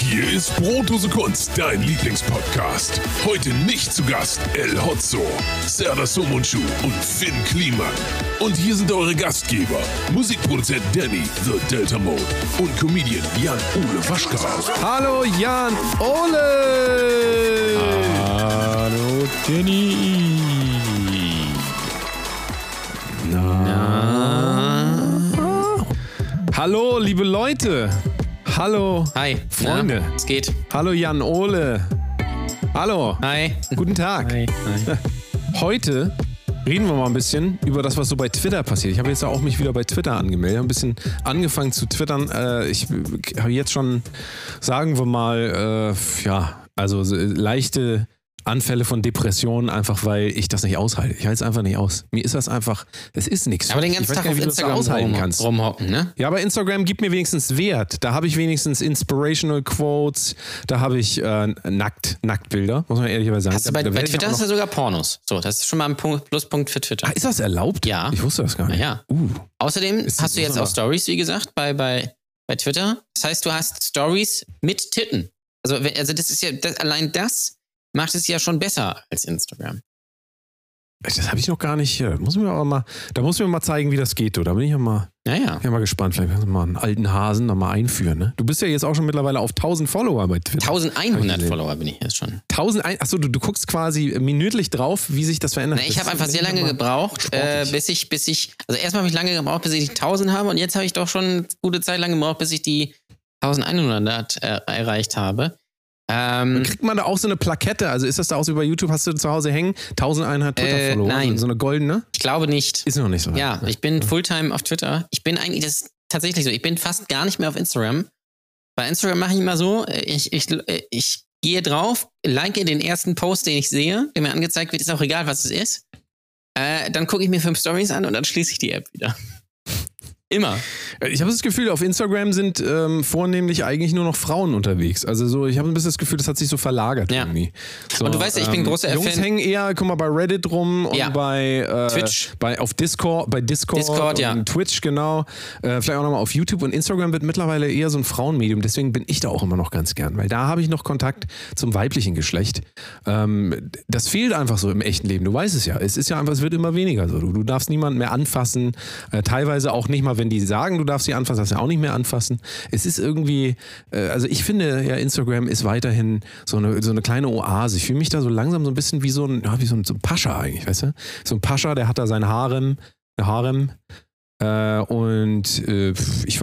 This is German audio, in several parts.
Hier ist Brotdose Kunst, dein Lieblingspodcast. Heute nicht zu Gast El Hotzo, Serdar Somuncu und Finn Kliman. Und hier sind eure Gastgeber, Musikproduzent Danny, The Delta Mode und Comedian Jan-Ole Waschkau. Hallo Jan-Ole! Hallo Danny! Hallo liebe Leute! Hallo Hi, Freunde! Es geht. Hallo Jan-Ole! Hallo! Hi! Guten Tag! Hi. Heute reden wir mal ein bisschen über das, was so bei Twitter passiert. Ich habe jetzt auch mich wieder bei Twitter angemeldet, habe ein bisschen angefangen zu twittern. Ich habe jetzt schon, sagen wir mal, also leichte Anfälle von Depressionen, einfach weil ich das nicht aushalte. Ich halte es einfach nicht aus. Mir ist das einfach, es ist nichts. Aber den ganzen Tag auf Instagram aushalten kannst. rumhocken, ne? Ja, aber Instagram gibt mir wenigstens Wert. Da habe ich wenigstens Inspirational Quotes, da habe ich Nacktbilder, muss man ehrlicherweise sagen. Hast du bei Twitter hast du sogar Pornos. So, das ist schon mal ein Pluspunkt für Twitter. Ah, ist das erlaubt? Ja. Ich wusste das gar nicht. Ja. Außerdem hast du jetzt auch Stories, wie gesagt, bei Twitter. Das heißt, du hast Stories mit Titten. Also das ist ja, allein das macht es ja schon besser als Instagram. Das habe ich noch gar nicht. Da muss mir mal zeigen, wie das geht. Da bin ich ja mal, gespannt. Vielleicht kannst du mal einen alten Hasen noch mal einführen. Ne? Du bist ja jetzt auch schon mittlerweile auf 1000 Follower bei Twitter. 1100 Follower bin ich jetzt schon. 1100? Achso, du guckst quasi minütlich drauf, wie sich das verändert. Ich habe einfach sehr lange gebraucht, bis ich, also erstmal habe ich lange gebraucht, bis ich die 1000 habe und jetzt habe ich doch schon eine gute Zeit lang gebraucht, bis ich die 1100 erreicht habe. Kriegt man da auch so eine Plakette? Also ist das da auch so bei YouTube, hast du zu Hause hängen? 1100 Twitter-Follower? Nein. So eine goldene? Ich glaube nicht. Ist noch nicht so. Ja, ich bin Fulltime auf Twitter. Ich bin eigentlich, das ist tatsächlich so, ich bin fast gar nicht mehr auf Instagram. Bei Instagram mache ich immer so, ich gehe drauf, like den ersten Post, den ich sehe, der mir angezeigt wird, ist auch egal, was es ist. Dann gucke ich mir 5 Stories an und dann schließe ich die App wieder. Immer. Ich habe das Gefühl, auf Instagram sind vornehmlich eigentlich nur noch Frauen unterwegs. Also so, ich habe ein bisschen das Gefühl, das hat sich so verlagert irgendwie. So, und du weißt ja, ich bin großer Jungs Fan. hängen eher, guck mal, bei Reddit rum und bei Twitch. Auf Discord und Twitch, genau. Vielleicht auch nochmal auf YouTube. Und Instagram wird mittlerweile eher so ein Frauenmedium. Deswegen bin ich da auch immer noch ganz gern, weil da habe ich noch Kontakt zum weiblichen Geschlecht. Das fehlt einfach so im echten Leben. Du weißt es ja. Es ist ja einfach, es wird immer weniger so. Du darfst niemanden mehr anfassen. Teilweise auch nicht mal, wenn die sagen, du darfst sie anfassen, darfst du auch nicht mehr anfassen. Es ist irgendwie, also ich finde ja, Instagram ist weiterhin so eine kleine Oase. Ich fühle mich da so langsam so ein bisschen wie so ein Pascha eigentlich, weißt du? So ein Pascha, der hat da sein Harem. Ich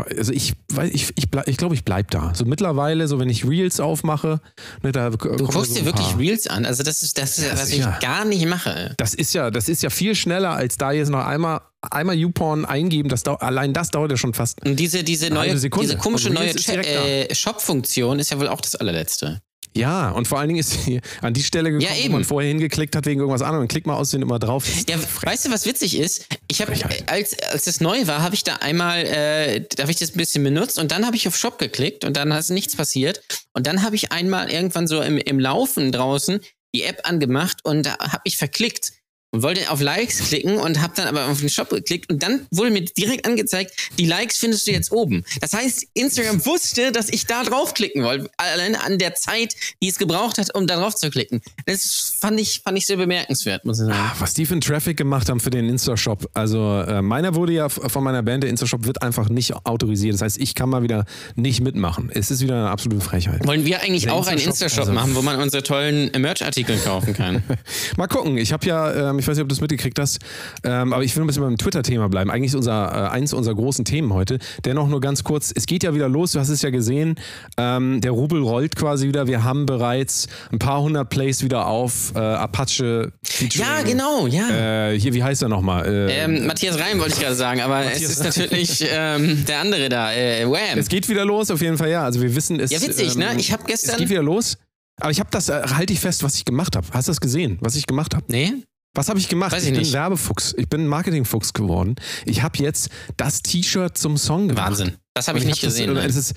glaube, ich bleib da. So mittlerweile, so wenn ich Reels aufmache, ne, da du guckst dir wirklich Reels an. Also das ist was ich gar nicht mache. Das ist ja viel schneller, als da jetzt noch einmal YouPorn eingeben. Allein das dauert ja schon fast. Und diese komische neue Shop-Funktion ist ja wohl auch das allerletzte. Ja, und vor allen Dingen ist sie an die Stelle gekommen, wo man vorher hingeklickt hat wegen irgendwas anderem. Klick mal Aussehen immer drauf. Ja, weißt du, was witzig ist? Ich habe, als das neu war, habe ich da einmal, da habe ich das ein bisschen benutzt und dann habe ich auf Shop geklickt und dann ist nichts passiert. Und dann habe ich einmal irgendwann so im Laufen draußen die App angemacht und da habe ich verklickt. Und wollte auf Likes klicken und habe dann aber auf den Shop geklickt und dann wurde mir direkt angezeigt, die Likes findest du jetzt oben. Das heißt, Instagram wusste, dass ich da draufklicken wollte, alleine an der Zeit, die es gebraucht hat, um da drauf zu klicken. Das fand ich sehr bemerkenswert, muss ich sagen. Was die für einen Traffic gemacht haben für den Insta-Shop. Also meiner wurde ja von meiner Band, der Insta-Shop wird einfach nicht autorisiert. Das heißt, ich kann mal wieder nicht mitmachen. Es ist wieder eine absolute Frechheit. Wollen wir eigentlich auch einen Insta-Shop machen, wo man unsere tollen Merch-Artikel kaufen kann? Mal gucken. Ich habe ja, ich weiß nicht, ob du es mitgekriegt hast, aber ich will ein bisschen beim Twitter-Thema bleiben. Eigentlich ist eins unserer großen Themen heute. Dennoch nur ganz kurz, es geht ja wieder los, du hast es ja gesehen, der Rubel rollt quasi wieder. Wir haben bereits ein paar hundert Plays wieder auf Apache featuring, ja, genau, ja. Hier, wie heißt er nochmal? Matthias Reim wollte ich gerade sagen, aber es ist natürlich der andere da, Wham. Es geht wieder los, auf jeden Fall, ja. Also wir wissen es. Ja, witzig, ne? Ich habe gestern... Es geht wieder los, aber ich habe das, halte ich fest, was ich gemacht habe. Hast du das gesehen, was ich gemacht habe? Nee. Was habe ich gemacht? Weiß ich bin nicht. Werbefuchs. Ich bin ein Marketingfuchs geworden. Ich habe jetzt das T-Shirt zum Song gemacht. Wahnsinn. Das habe ich nicht gesehen. Es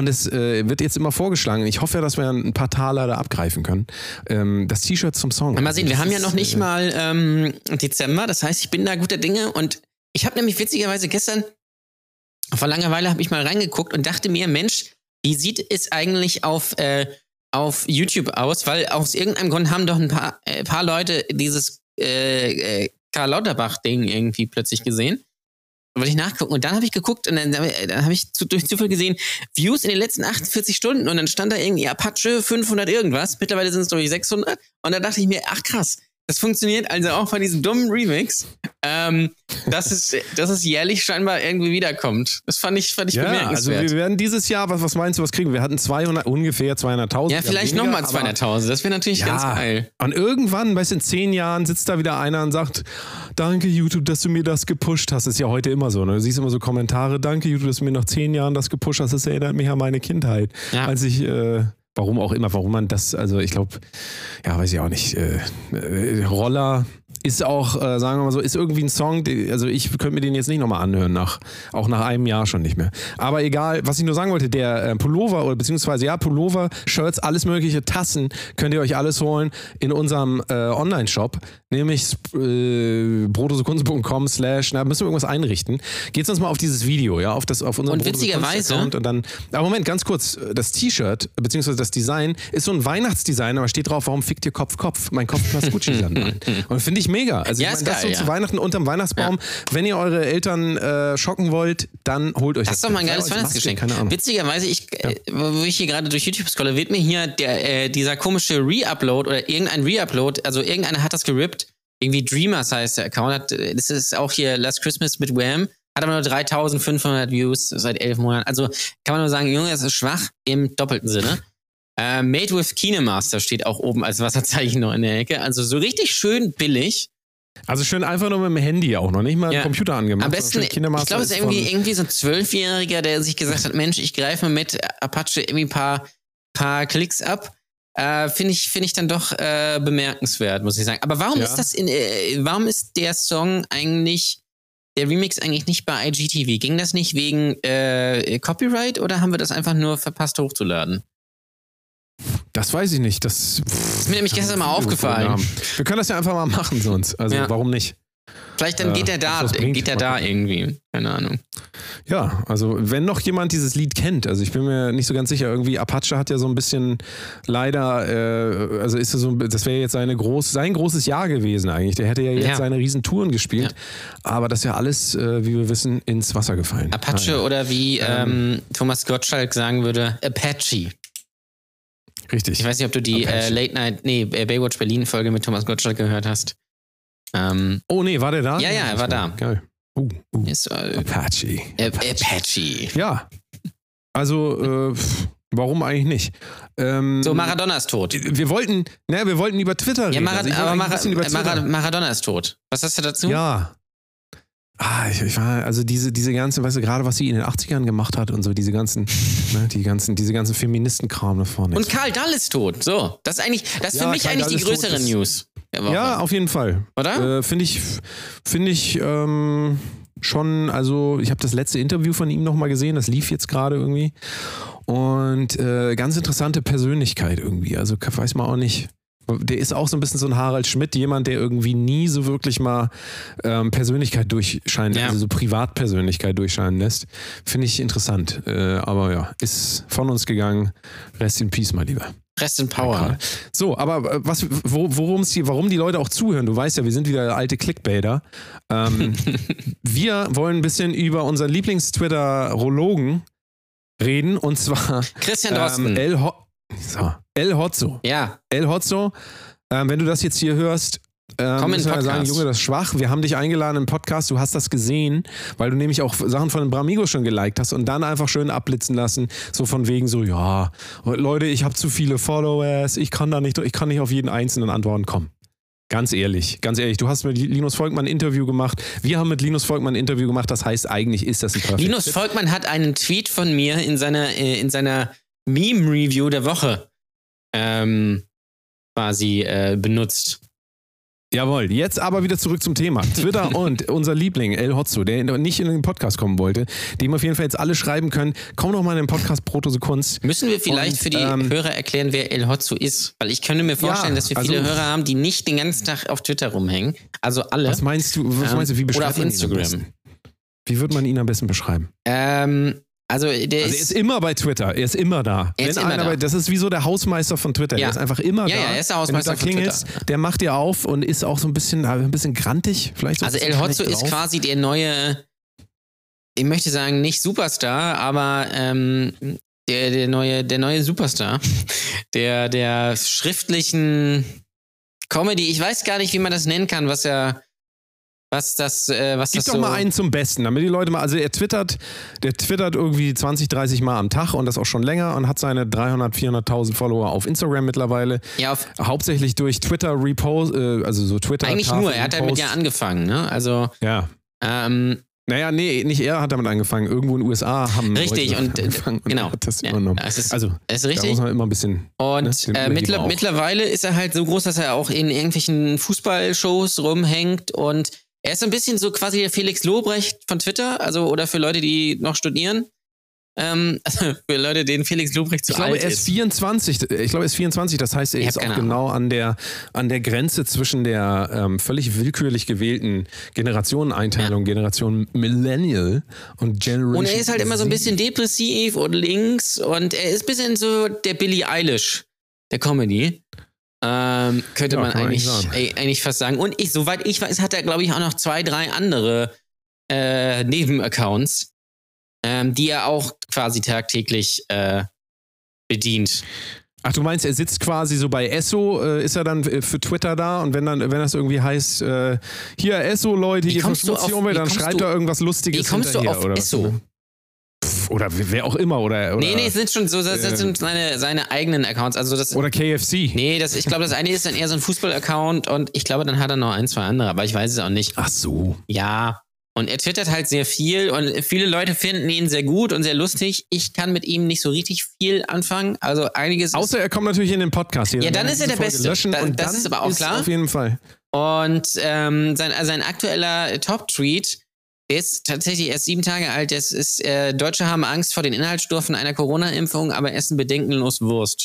wird jetzt immer vorgeschlagen. Ich hoffe ja, dass wir ein paar Taler da abgreifen können. Das T-Shirt zum Song. Mal sehen, wir haben ja noch nicht mal Dezember. Das heißt, ich bin da guter Dinge. Und ich habe nämlich witzigerweise gestern vor Langeweile habe ich mal reingeguckt und dachte mir, Mensch, wie sieht es eigentlich auf YouTube aus? Weil aus irgendeinem Grund haben doch ein paar Leute dieses Karl Lauterbach-Ding irgendwie plötzlich gesehen. Da wollte ich nachgucken und dann habe ich geguckt und dann habe ich durch Zufall gesehen, Views in den letzten 48 Stunden und dann stand da irgendwie Apache 500 irgendwas. Mittlerweile sind es, glaube ich, 600 und da dachte ich mir, ach krass, das funktioniert also auch bei diesem dummen Remix, dass es jährlich scheinbar irgendwie wiederkommt. Das fand ich bemerkenswert. Also wir werden dieses Jahr, was meinst du, was kriegen? Wir hatten ungefähr 200.000. Ja, vielleicht nochmal 200.000. Das wäre natürlich ganz geil. Und irgendwann, weißt du, in 10 Jahren sitzt da wieder einer und sagt, danke YouTube, dass du mir das gepusht hast. Das ist ja heute immer so. Ne? Du siehst immer so Kommentare, danke YouTube, dass du mir nach 10 Jahren das gepusht hast. Das erinnert mich an meine Kindheit. Ja. Als ich... warum auch immer, warum man das, also ich glaube, ja, weiß ich auch nicht, Roller ist auch, sagen wir mal so, ist irgendwie ein Song, also ich könnte mir den jetzt nicht nochmal anhören, auch nach einem Jahr schon nicht mehr. Aber egal, was ich nur sagen wollte, der Pullover oder beziehungsweise Pullover, Shirts, alles mögliche, Tassen, könnt ihr euch alles holen in unserem Online-Shop, nämlich protosekunst.com/ müssen wir irgendwas einrichten. Geht sonst mal auf dieses Video, ja, auf unseren und witzigerweise und dann, aber Moment, ganz kurz, das T-Shirt, beziehungsweise das Design ist so ein Weihnachtsdesign, aber steht drauf, warum fickt ihr Kopf? Mein Kopf passt Gucci-Sandalen. Und finde ich mega. Also ja, ich meine, das so zu Weihnachten unterm Weihnachtsbaum, wenn ihr eure Eltern schocken wollt, dann holt euch das. Das ist doch mal ein geiles Weihnachtsgeschenk. Keine Ahnung. Witzigerweise, wo ich hier gerade durch YouTube scrolle, wird mir hier dieser komische Re-Upload oder irgendein Re-Upload, also irgendeiner hat das gerippt, irgendwie Dreamers heißt der Account, das ist auch hier Last Christmas mit Wham, hat aber nur 3.500 Views seit 11 Monaten. Also kann man nur sagen, Junge, das ist schwach im doppelten Sinne. Made with KineMaster steht auch oben als Wasserzeichen noch in der Ecke. Also so richtig schön billig. Also schön einfach nur mit dem Handy auch noch, nicht mal Computer angemacht. Am besten, ich glaube, es ist irgendwie so ein 12-Jähriger, der sich gesagt hat, Mensch, ich greife mal mit Apache irgendwie ein paar Klicks ab. Finde ich dann doch bemerkenswert, muss ich sagen. Aber warum warum ist der Song eigentlich, der Remix eigentlich nicht bei IGTV? Ging das nicht wegen Copyright oder haben wir das einfach nur verpasst hochzuladen? Das weiß ich nicht. Das ist mir nämlich gestern mal aufgefallen. Wir können das ja einfach mal machen sonst. Also warum nicht? Vielleicht dann geht er da irgendwie. Keine Ahnung. Ja, also wenn noch jemand dieses Lied kennt, also ich bin mir nicht so ganz sicher, irgendwie Apache hat ja so ein bisschen leider, also ist so, das wäre jetzt sein großes Jahr gewesen eigentlich. Der hätte ja jetzt seine riesen Touren gespielt, aber das ist ja alles, wie wir wissen, ins Wasser gefallen. Apache oder wie Thomas Gottschalk sagen würde, Apache. Richtig. Ich weiß nicht, ob du die Baywatch Berlin Folge mit Thomas Gottschalk gehört hast. Oh nee, war der da? Ja, er war da. Geil. Apache. Apache. Ja. Also, warum eigentlich nicht? So, Maradona ist tot. Wir wollten über Twitter reden. Ja, Maradona ist tot. Was hast du dazu? Ja. Ich war, also diese ganze, weißt du, gerade was sie in den 80ern gemacht hat und so, diese ganzen Feministenkram da vorne. Und Karl Dall ist tot. So, das ist für mich eigentlich die größere News. Ja, auf jeden Fall. Oder? Finde ich schon, also ich habe das letzte Interview von ihm nochmal gesehen, das lief jetzt gerade irgendwie. Und ganz interessante Persönlichkeit irgendwie. Also weiß man auch nicht. Der ist auch so ein bisschen so ein Harald Schmidt, jemand, der irgendwie nie so wirklich mal Persönlichkeit durchscheinen, also so Privatpersönlichkeit durchscheinen lässt. Finde ich interessant. Aber ja, ist von uns gegangen. Rest in Peace, mein Lieber. Rest in Power. So, aber warum die Leute auch zuhören, du weißt ja, wir sind wieder alte Clickbaiter. Wir wollen ein bisschen über unseren Lieblings-Twitter-Rologen reden und zwar Christian Drosten. El Hotzo. Ja. El Hotzo, wenn du das jetzt hier hörst, komm in den Podcast. Sagen, Junge, das ist schwach. Wir haben dich eingeladen im Podcast, du hast das gesehen, weil du nämlich auch Sachen von den Bramigos schon geliked hast und dann einfach schön abblitzen lassen, so von wegen so, ja, Leute, ich habe zu viele Followers, ich kann nicht auf jeden einzelnen antworten. Komm. Ganz ehrlich, du hast mit Linus Volkmann ein Interview gemacht. Wir haben mit Linus Volkmann ein Interview gemacht. Das heißt, eigentlich ist das ein Perfect Linus Volkmann hat einen Tweet von mir in seiner Meme-Review der Woche quasi benutzt. Jawohl, jetzt aber wieder zurück zum Thema. Twitter und unser Liebling, El Hotzo, der nicht in den Podcast kommen wollte, dem auf jeden Fall jetzt alle schreiben können, komm doch mal in den Podcast Protosekunst. Müssen wir vielleicht für die Hörer erklären, wer El Hotzo ist? Weil ich könnte mir vorstellen, dass wir viele Hörer haben, die nicht den ganzen Tag auf Twitter rumhängen. Also alle. Was meinst du, wie beschreibt oder auf man Instagram. ihn am besten? Wie würde man ihn am besten beschreiben? Also er ist immer bei Twitter. Er ist immer da. Das ist wie so der Hausmeister von Twitter. Ja. Er ist einfach immer da. Ja, er ist der Hausmeister von Twitter. Der macht dir auf und ist auch so ein bisschen grantig. Vielleicht so also El Hotzo ist quasi der neue, ich möchte sagen, nicht Superstar, aber der neue Superstar der schriftlichen Comedy. Ich weiß gar nicht, wie man das nennen kann, Gib doch mal einen zum Besten, damit die Leute mal, also der twittert irgendwie 20, 30 Mal am Tag und das auch schon länger und hat seine 300, 400.000 Follower auf Instagram mittlerweile. Ja, hauptsächlich durch Twitter-Repost, also so Twitter. Eigentlich nur, er hat damit ja angefangein, ne? Also. Ja. Naja, nee, nicht er hat damit angefangen. Irgendwo in den USA haben richtig, Leute angefangen und genau. er hat das übernommen. Es ist richtig. Da muss man immer ein bisschen. Und mittlerweile ist er halt so groß, dass er auch in irgendwelchen Fußballshows rumhängt und er ist so ein bisschen so quasi der Felix Lobrecht von Twitter, also oder für Leute, die noch studieren. Also für Leute, denen Felix Lobrecht zu alt ist. Ich glaube, er ist 24. Das heißt, er ist auch genau an der Grenze zwischen der völlig willkürlich gewählten Generationeneinteilung, Generation Millennial und Generation. Und er ist halt immer so ein bisschen depressiv und links und er ist ein bisschen so der Billie Eilish der Comedy. Könnte man eigentlich fast sagen. Und soweit ich weiß, hat er, glaube ich, auch noch 2, 3 andere Nebenaccounts, die er auch quasi tagtäglich bedient. Ach, du meinst, er sitzt quasi so bei Esso, ist er dann für Twitter da und wenn das irgendwie heißt, hier Esso, Leute, ihr verschmutzt die Umwelt, dann schreibt er irgendwas Lustiges hinterher. Wie kommst du auf oder Esso? Oder wer auch immer. Oder nee, es sind schon so, das sind seine eigenen Accounts. Also das, oder KFC. Nee, ich glaube, das eine ist dann eher so ein Fußball-Account und ich glaube, dann hat er noch 1, 2 andere, aber ich weiß es auch nicht. Ach so. Ja, und er twittert halt sehr viel und viele Leute finden ihn sehr gut und sehr lustig. Ich kann mit ihm nicht so richtig viel anfangen, also einiges. Außer er kommt natürlich in den Podcast hier. Ja, dann ist er der Beste. Das ist aber auch klar. Auf jeden Fall. Und sein aktueller Top-Tweet, der ist tatsächlich erst 7 Tage alt. Das ist, Deutsche haben Angst vor den Inhaltsstoffen einer Corona-Impfung, aber essen bedenkenlos Wurst.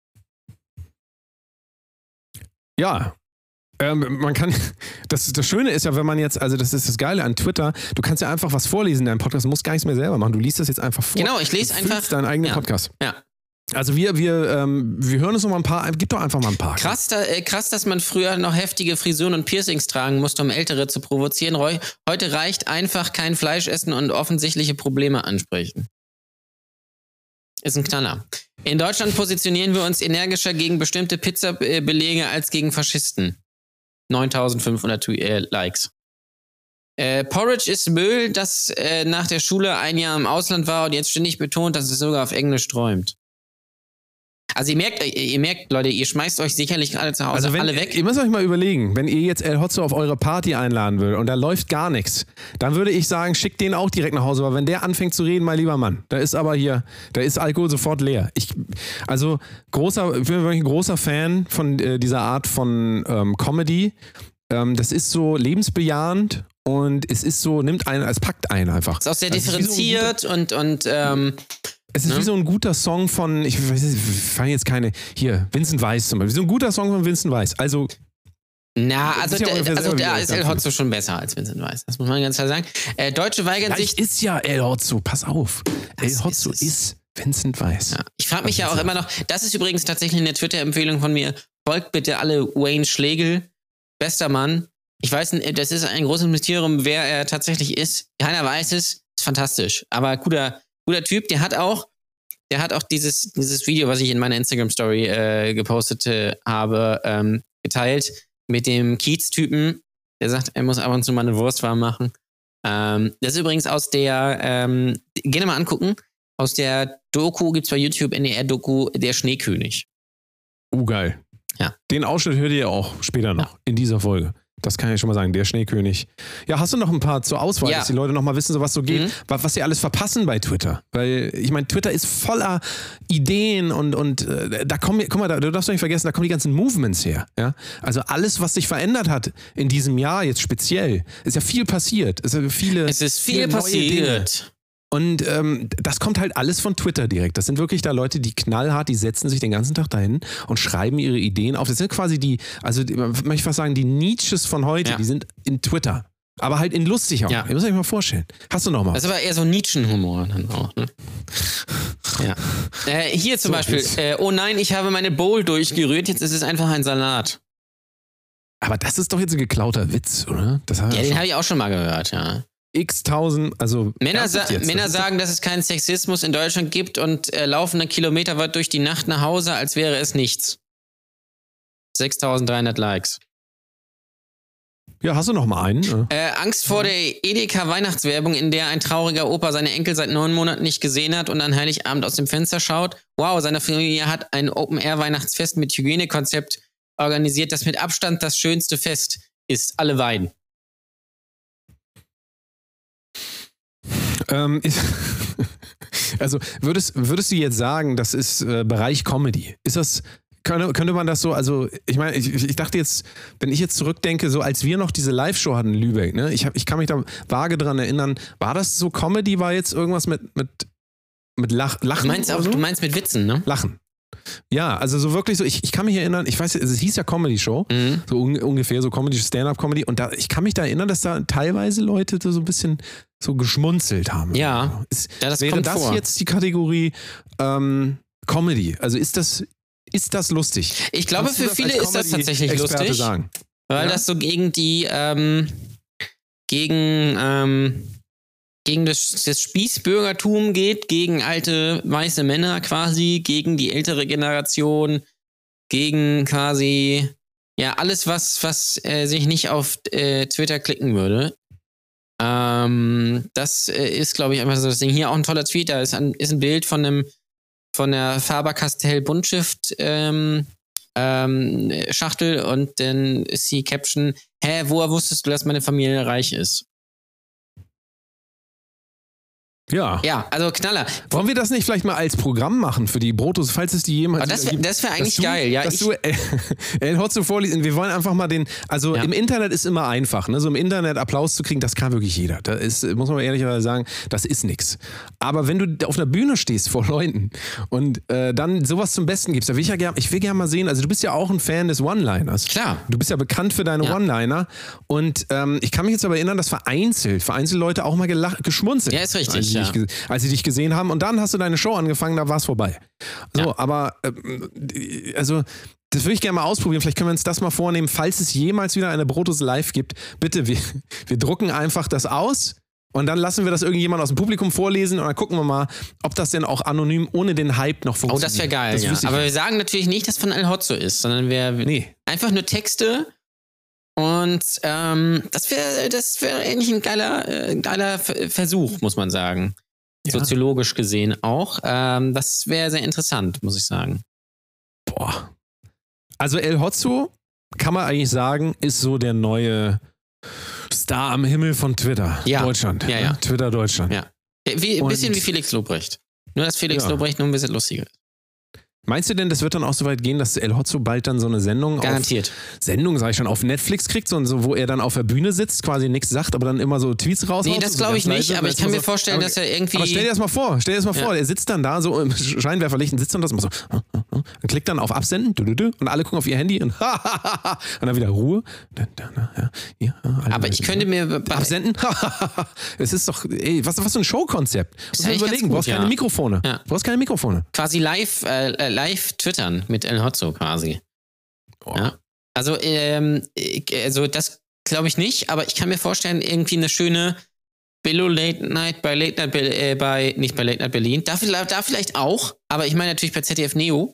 Ja. Man kann, das Schöne ist ja, wenn man jetzt, also das ist das Geile an Twitter, du kannst ja einfach was vorlesen in deinem Podcast, du musst gar nichts mehr selber machen. Du liest das jetzt einfach vor. Genau, ich lese einfach. deinen eigenen Podcast. Ja. Also wir hören uns noch mal ein paar, gib doch einfach mal ein paar. Krass, dass man früher noch heftige Frisuren und Piercings tragen musste, um Ältere zu provozieren. Heute reicht einfach kein Fleisch essen und offensichtliche Probleme ansprechen. Ist ein Knaller. In Deutschland positionieren wir uns energischer gegen bestimmte Pizzabelege als gegen Faschisten. 9.500 Likes. Porridge ist Müll, das nach der Schule ein Jahr im Ausland war und jetzt ständig betont, dass es sogar auf Englisch träumt. Also ihr merkt, Leute, ihr schmeißt euch sicherlich gerade zu Hause alle weg. Ihr müsst euch mal überlegen, wenn ihr jetzt El Hotzo auf eure Party einladen würdet und da läuft gar nichts, dann würde ich sagen, schickt den auch direkt nach Hause, weil wenn der anfängt zu reden, mein lieber Mann, da ist Alkohol sofort leer. Ich bin wirklich ein großer Fan von dieser Art von Comedy. Das ist so lebensbejahend und es ist so, es packt einen einfach. Es ist auch sehr differenziert und es ist wie so ein guter Song von, ich weiß nicht, Vincent Weiss zum Beispiel. Wie so ein guter Song von Vincent Weiss. Also. Da ist El Hotzo schon besser als Vincent Weiss. Das muss man ganz klar sagen. Deutsche weigern sich. Ist ja El Hotzo, pass auf. El Hotzo ist Vincent Weiss. Ja. Ich frage mich ja auch immer noch, das ist übrigens tatsächlich eine Twitter-Empfehlung von mir. Folgt bitte alle Wayne Schlegel. Bester Mann. Ich weiß nicht, das ist ein großes Mysterium, wer er tatsächlich ist. Keiner weiß es. Ist fantastisch. Aber guter Typ, der hat auch dieses Video, was ich in meiner Instagram-Story gepostet habe, geteilt mit dem Kiez-Typen, der sagt, er muss ab und zu mal eine Wurst warm machen. Das ist übrigens aus der, gerne mal angucken, aus der Doku, gibt's bei YouTube, NDR-Doku, der Schneekönig. Geil. Ja. Den Ausschnitt hört ihr auch später noch in dieser Folge. Das kann ich schon mal sagen, der Schneekönig. Ja, hast du noch ein paar zur Auswahl, dass die Leute noch mal wissen, so was so geht, was sie alles verpassen bei Twitter? Weil, ich meine, Twitter ist voller Ideen und da kommen, guck mal, du darfst doch nicht vergessen, da kommen die ganzen Movements her. Ja? Also alles, was sich verändert hat in diesem Jahr jetzt speziell, ist ja viel passiert. Es ist viel passiert. Und das kommt halt alles von Twitter direkt. Das sind wirklich da Leute, die knallhart, die setzen sich den ganzen Tag dahin und schreiben ihre Ideen auf. Das sind quasi möchte ich fast sagen, die Nietzsches von heute, die sind in Twitter. Aber halt in lustig auch. Ja. Ihr müsst euch mal vorstellen. Hast du noch mal? Das ist aber eher so Nietzschen-Humor dann auch, ne? Ja. Hier zum Beispiel, oh nein, ich habe meine Bowl durchgerührt, jetzt ist es einfach ein Salat. Aber das ist doch jetzt ein geklauter Witz, oder? Den habe ich auch schon mal gehört, ja. X-tausend, also... Männer sagen, dass es keinen Sexismus in Deutschland gibt und laufen dann kilometerweit durch die Nacht nach Hause, als wäre es nichts. 6.300 Likes. Ja, hast du noch mal einen? Angst vor der Edeka-Weihnachtswerbung, in der ein trauriger Opa seine Enkel seit 9 Monaten nicht gesehen hat und an Heiligabend aus dem Fenster schaut. Wow, seine Familie hat ein Open-Air-Weihnachtsfest mit Hygienekonzept organisiert, das mit Abstand das schönste Fest ist. Alle weinen. Also würdest du jetzt sagen, das ist Bereich Comedy? Ist das... Könnte man das so, also ich meine, ich dachte jetzt, wenn ich jetzt zurückdenke, so als wir noch diese Live-Show hatten in Lübeck, ne, ich kann mich da vage dran erinnern, war das so Comedy, war jetzt irgendwas mit Lachen? Du meinst mit Witzen, ne? Lachen. Ja, also so wirklich so, ich kann mich erinnern, ich weiß, es hieß ja Comedy-Show, so ungefähr, so Comedy, Stand-Up-Comedy und ich kann mich da erinnern, dass da teilweise Leute so ein bisschen so geschmunzelt haben. Ja, wäre das vor. Jetzt die Kategorie Comedy? Also ist das lustig? Ich glaube, für viele ist das tatsächlich lustig, sagen? Weil das so gegen die gegen das Spießbürgertum geht, gegen alte weiße Männer quasi, gegen die ältere Generation, gegen quasi ja alles, was sich nicht auf Twitter klicken würde. Das ist, glaube ich, einfach so das Ding. Hier auch ein toller Tweet, da ist ein Bild von der Faber-Castell-Buntstift Schachtel und dann ist die Caption, woher wusstest du, dass meine Familie reich ist? Ja. Ja, also Knaller. Wollen wir das nicht vielleicht mal als Programm machen für die Brotos, falls es die jemals gibt? Das wäre eigentlich geil, ja. Dass du El Hotzo vorliest. Wir wollen einfach mal im Internet ist immer einfach, ne? So im Internet Applaus zu kriegen, das kann wirklich jeder. Da muss man ehrlicherweise sagen, das ist nichts. Aber wenn du auf einer Bühne stehst vor Leuten und dann sowas zum Besten gibst, da will ich will gerne mal sehen, also du bist ja auch ein Fan des One-Liners. Klar. Du bist ja bekannt für deine One-Liner und ich kann mich jetzt aber erinnern, dass vereinzelt Leute auch mal geschmunzelt. Ja, ist richtig. Als sie dich gesehen haben und dann hast du deine Show angefangen, da war es vorbei. So, aber also das würde ich gerne mal ausprobieren. Vielleicht können wir uns das mal vornehmen, falls es jemals wieder eine Brotos Live gibt. Bitte, wir drucken einfach das aus und dann lassen wir das irgendjemand aus dem Publikum vorlesen und dann gucken wir mal, ob das denn auch anonym ohne den Hype noch funktioniert. Oh, das wäre geil, ja. Aber wir sagen natürlich nicht, dass von El Hotzo ist, sondern einfach nur Texte. Und das wäre eigentlich ein geiler Versuch, muss man sagen. Ja. Soziologisch gesehen auch. Das wäre sehr interessant, muss ich sagen. Boah. Also El Hotzo, kann man eigentlich sagen, ist so der neue Star am Himmel von Twitter. Deutschland. Ja, ja. Twitter Deutschland. Ja. Ein bisschen wie Felix Lobrecht. Nur, dass Felix Lobrecht nur ein bisschen lustiger ist. Meinst du denn, das wird dann auch so weit gehen, dass El Hotzo bald dann so eine Sendung auf Netflix kriegt, so, wo er dann auf der Bühne sitzt, quasi nichts sagt, aber dann immer so Tweets raushaut? Nee, das glaube ich nicht, aber ich kann mir vorstellen, dass er irgendwie... Aber stell dir das mal vor, er sitzt dann da so im Scheinwerferlicht und sitzt dann das immer so und klickt dann auf Absenden und alle gucken auf ihr Handy und dann wieder Ruhe. Aber ich könnte mir... Absenden? Es ist doch, was für ein Showkonzept. Muss man überlegen, du brauchst keine Mikrofone. Ja. Du brauchst keine Mikrofone. Quasi live twittern mit El Hotzo quasi. Oh. Ja. Also das glaube ich nicht, aber ich kann mir vorstellen, irgendwie eine schöne Billo Late Night bei Late Night nicht bei Late Night Berlin. Da vielleicht auch, aber ich meine natürlich bei ZDF Neo.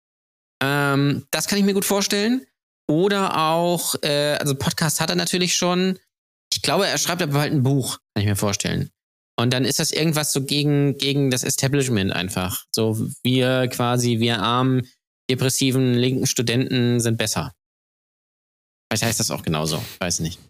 Das kann ich mir gut vorstellen. Oder auch, also Podcast hat er natürlich schon. Ich glaube, er schreibt aber halt ein Buch, kann ich mir vorstellen. Und dann ist das irgendwas so gegen das Establishment einfach. So, wir armen, depressiven, linken Studenten sind besser. Vielleicht heißt das auch genauso. Weiß nicht.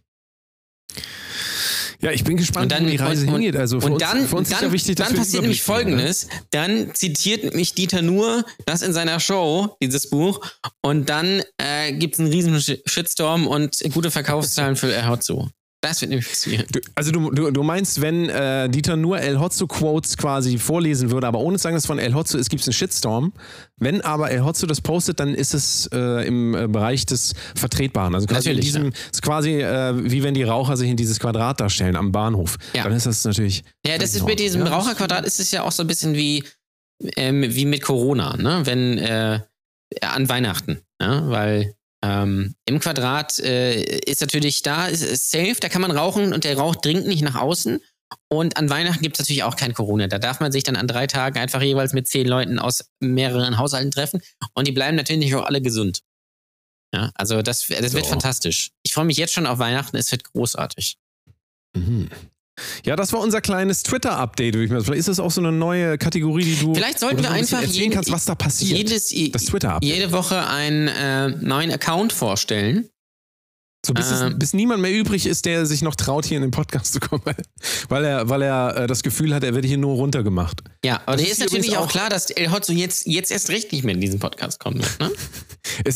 Ja, ich bin gespannt, wo die Reise hingeht. Also für uns ist ja wichtig, dass dann passiert nämlich Folgendes. Dann zitiert mich Dieter Nuhr das in seiner Show, dieses Buch. Und dann gibt es einen riesen Shitstorm und gute Verkaufszahlen für El Hotzo. Das wird nämlich passieren. Du meinst, wenn Dieter nur El Hotzo-Quotes quasi vorlesen würde, aber ohne zu sagen, dass es von El Hotzo ist, gibt es einen Shitstorm. Wenn aber El Hotzo das postet, dann ist es im Bereich des Vertretbaren. Also quasi natürlich, ist quasi wie wenn die Raucher sich in dieses Quadrat darstellen am Bahnhof. Ja. Dann ist das natürlich... Ja, das ist mit diesem Raucherquadrat ist es ja auch so ein bisschen wie mit Corona, ne? Wenn an Weihnachten, ne? Weil im Quadrat ist natürlich ist safe, da kann man rauchen und der Rauch dringt nicht nach außen. Und an Weihnachten gibt es natürlich auch kein Corona. Da darf man sich dann an 3 Tagen einfach jeweils mit 10 Leuten aus mehreren Haushalten treffen. Und die bleiben natürlich auch alle gesund. Ja, also das wird fantastisch. Ich freue mich jetzt schon auf Weihnachten, es wird großartig. Mhm. Ja, das war unser kleines Twitter-Update. Vielleicht ist das auch so eine neue Kategorie, die du... Vielleicht sollten wir einfach erzählen kannst, was da passiert. Das Twitter-Update. Jede Woche einen neuen Account vorstellen. So bis niemand mehr übrig ist, der sich noch traut, hier in den Podcast zu kommen, weil er das Gefühl hat, er wird hier nur runtergemacht. Ja, aber dir ist natürlich auch klar, dass El Hotzo jetzt erst recht nicht mehr in diesen Podcast kommen wird, ne? Es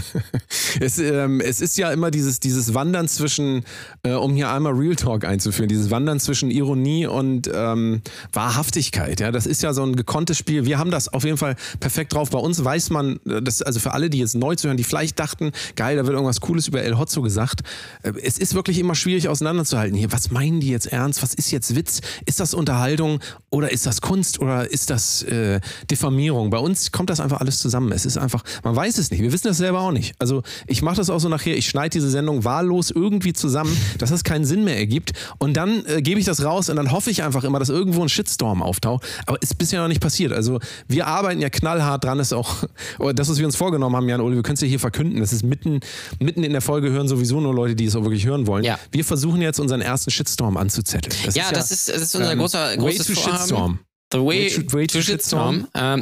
ist ja immer dieses Wandern zwischen, um hier einmal Real Talk einzuführen, dieses Wandern zwischen Ironie und Wahrhaftigkeit. Ja, das ist ja so ein gekonntes Spiel. Wir haben das auf jeden Fall perfekt drauf. Bei uns weiß man, also für alle, die jetzt neu zuhören, die vielleicht dachten, geil, da wird irgendwas Cooles über El Hotzo gesagt. Es ist wirklich immer schwierig auseinanderzuhalten. Hier, was meinen die jetzt ernst? Was ist jetzt Witz? Ist das Unterhaltung oder ist das Kunst oder ist das Diffamierung? Bei uns kommt das einfach alles zusammen. Es ist einfach, man weiß es nicht. Wir wissen das selber auch nicht. Also ich mache das auch so nachher, ich schneide diese Sendung wahllos irgendwie zusammen, dass das keinen Sinn mehr ergibt und dann gebe ich das raus und dann hoffe ich einfach immer, dass irgendwo ein Shitstorm auftaucht. Aber ist bisher noch nicht passiert. Also wir arbeiten ja knallhart dran, ist auch das, was wir uns vorgenommen haben, Jan-Ole, wir können es ja hier verkünden. Das ist mitten in der Folge hören sowieso nur Leute, die es auch wirklich hören wollen. Ja. Wir versuchen jetzt unseren ersten Shitstorm anzuzetteln. Das ist unser großes Vorhaben. The way to Shitstorm. Da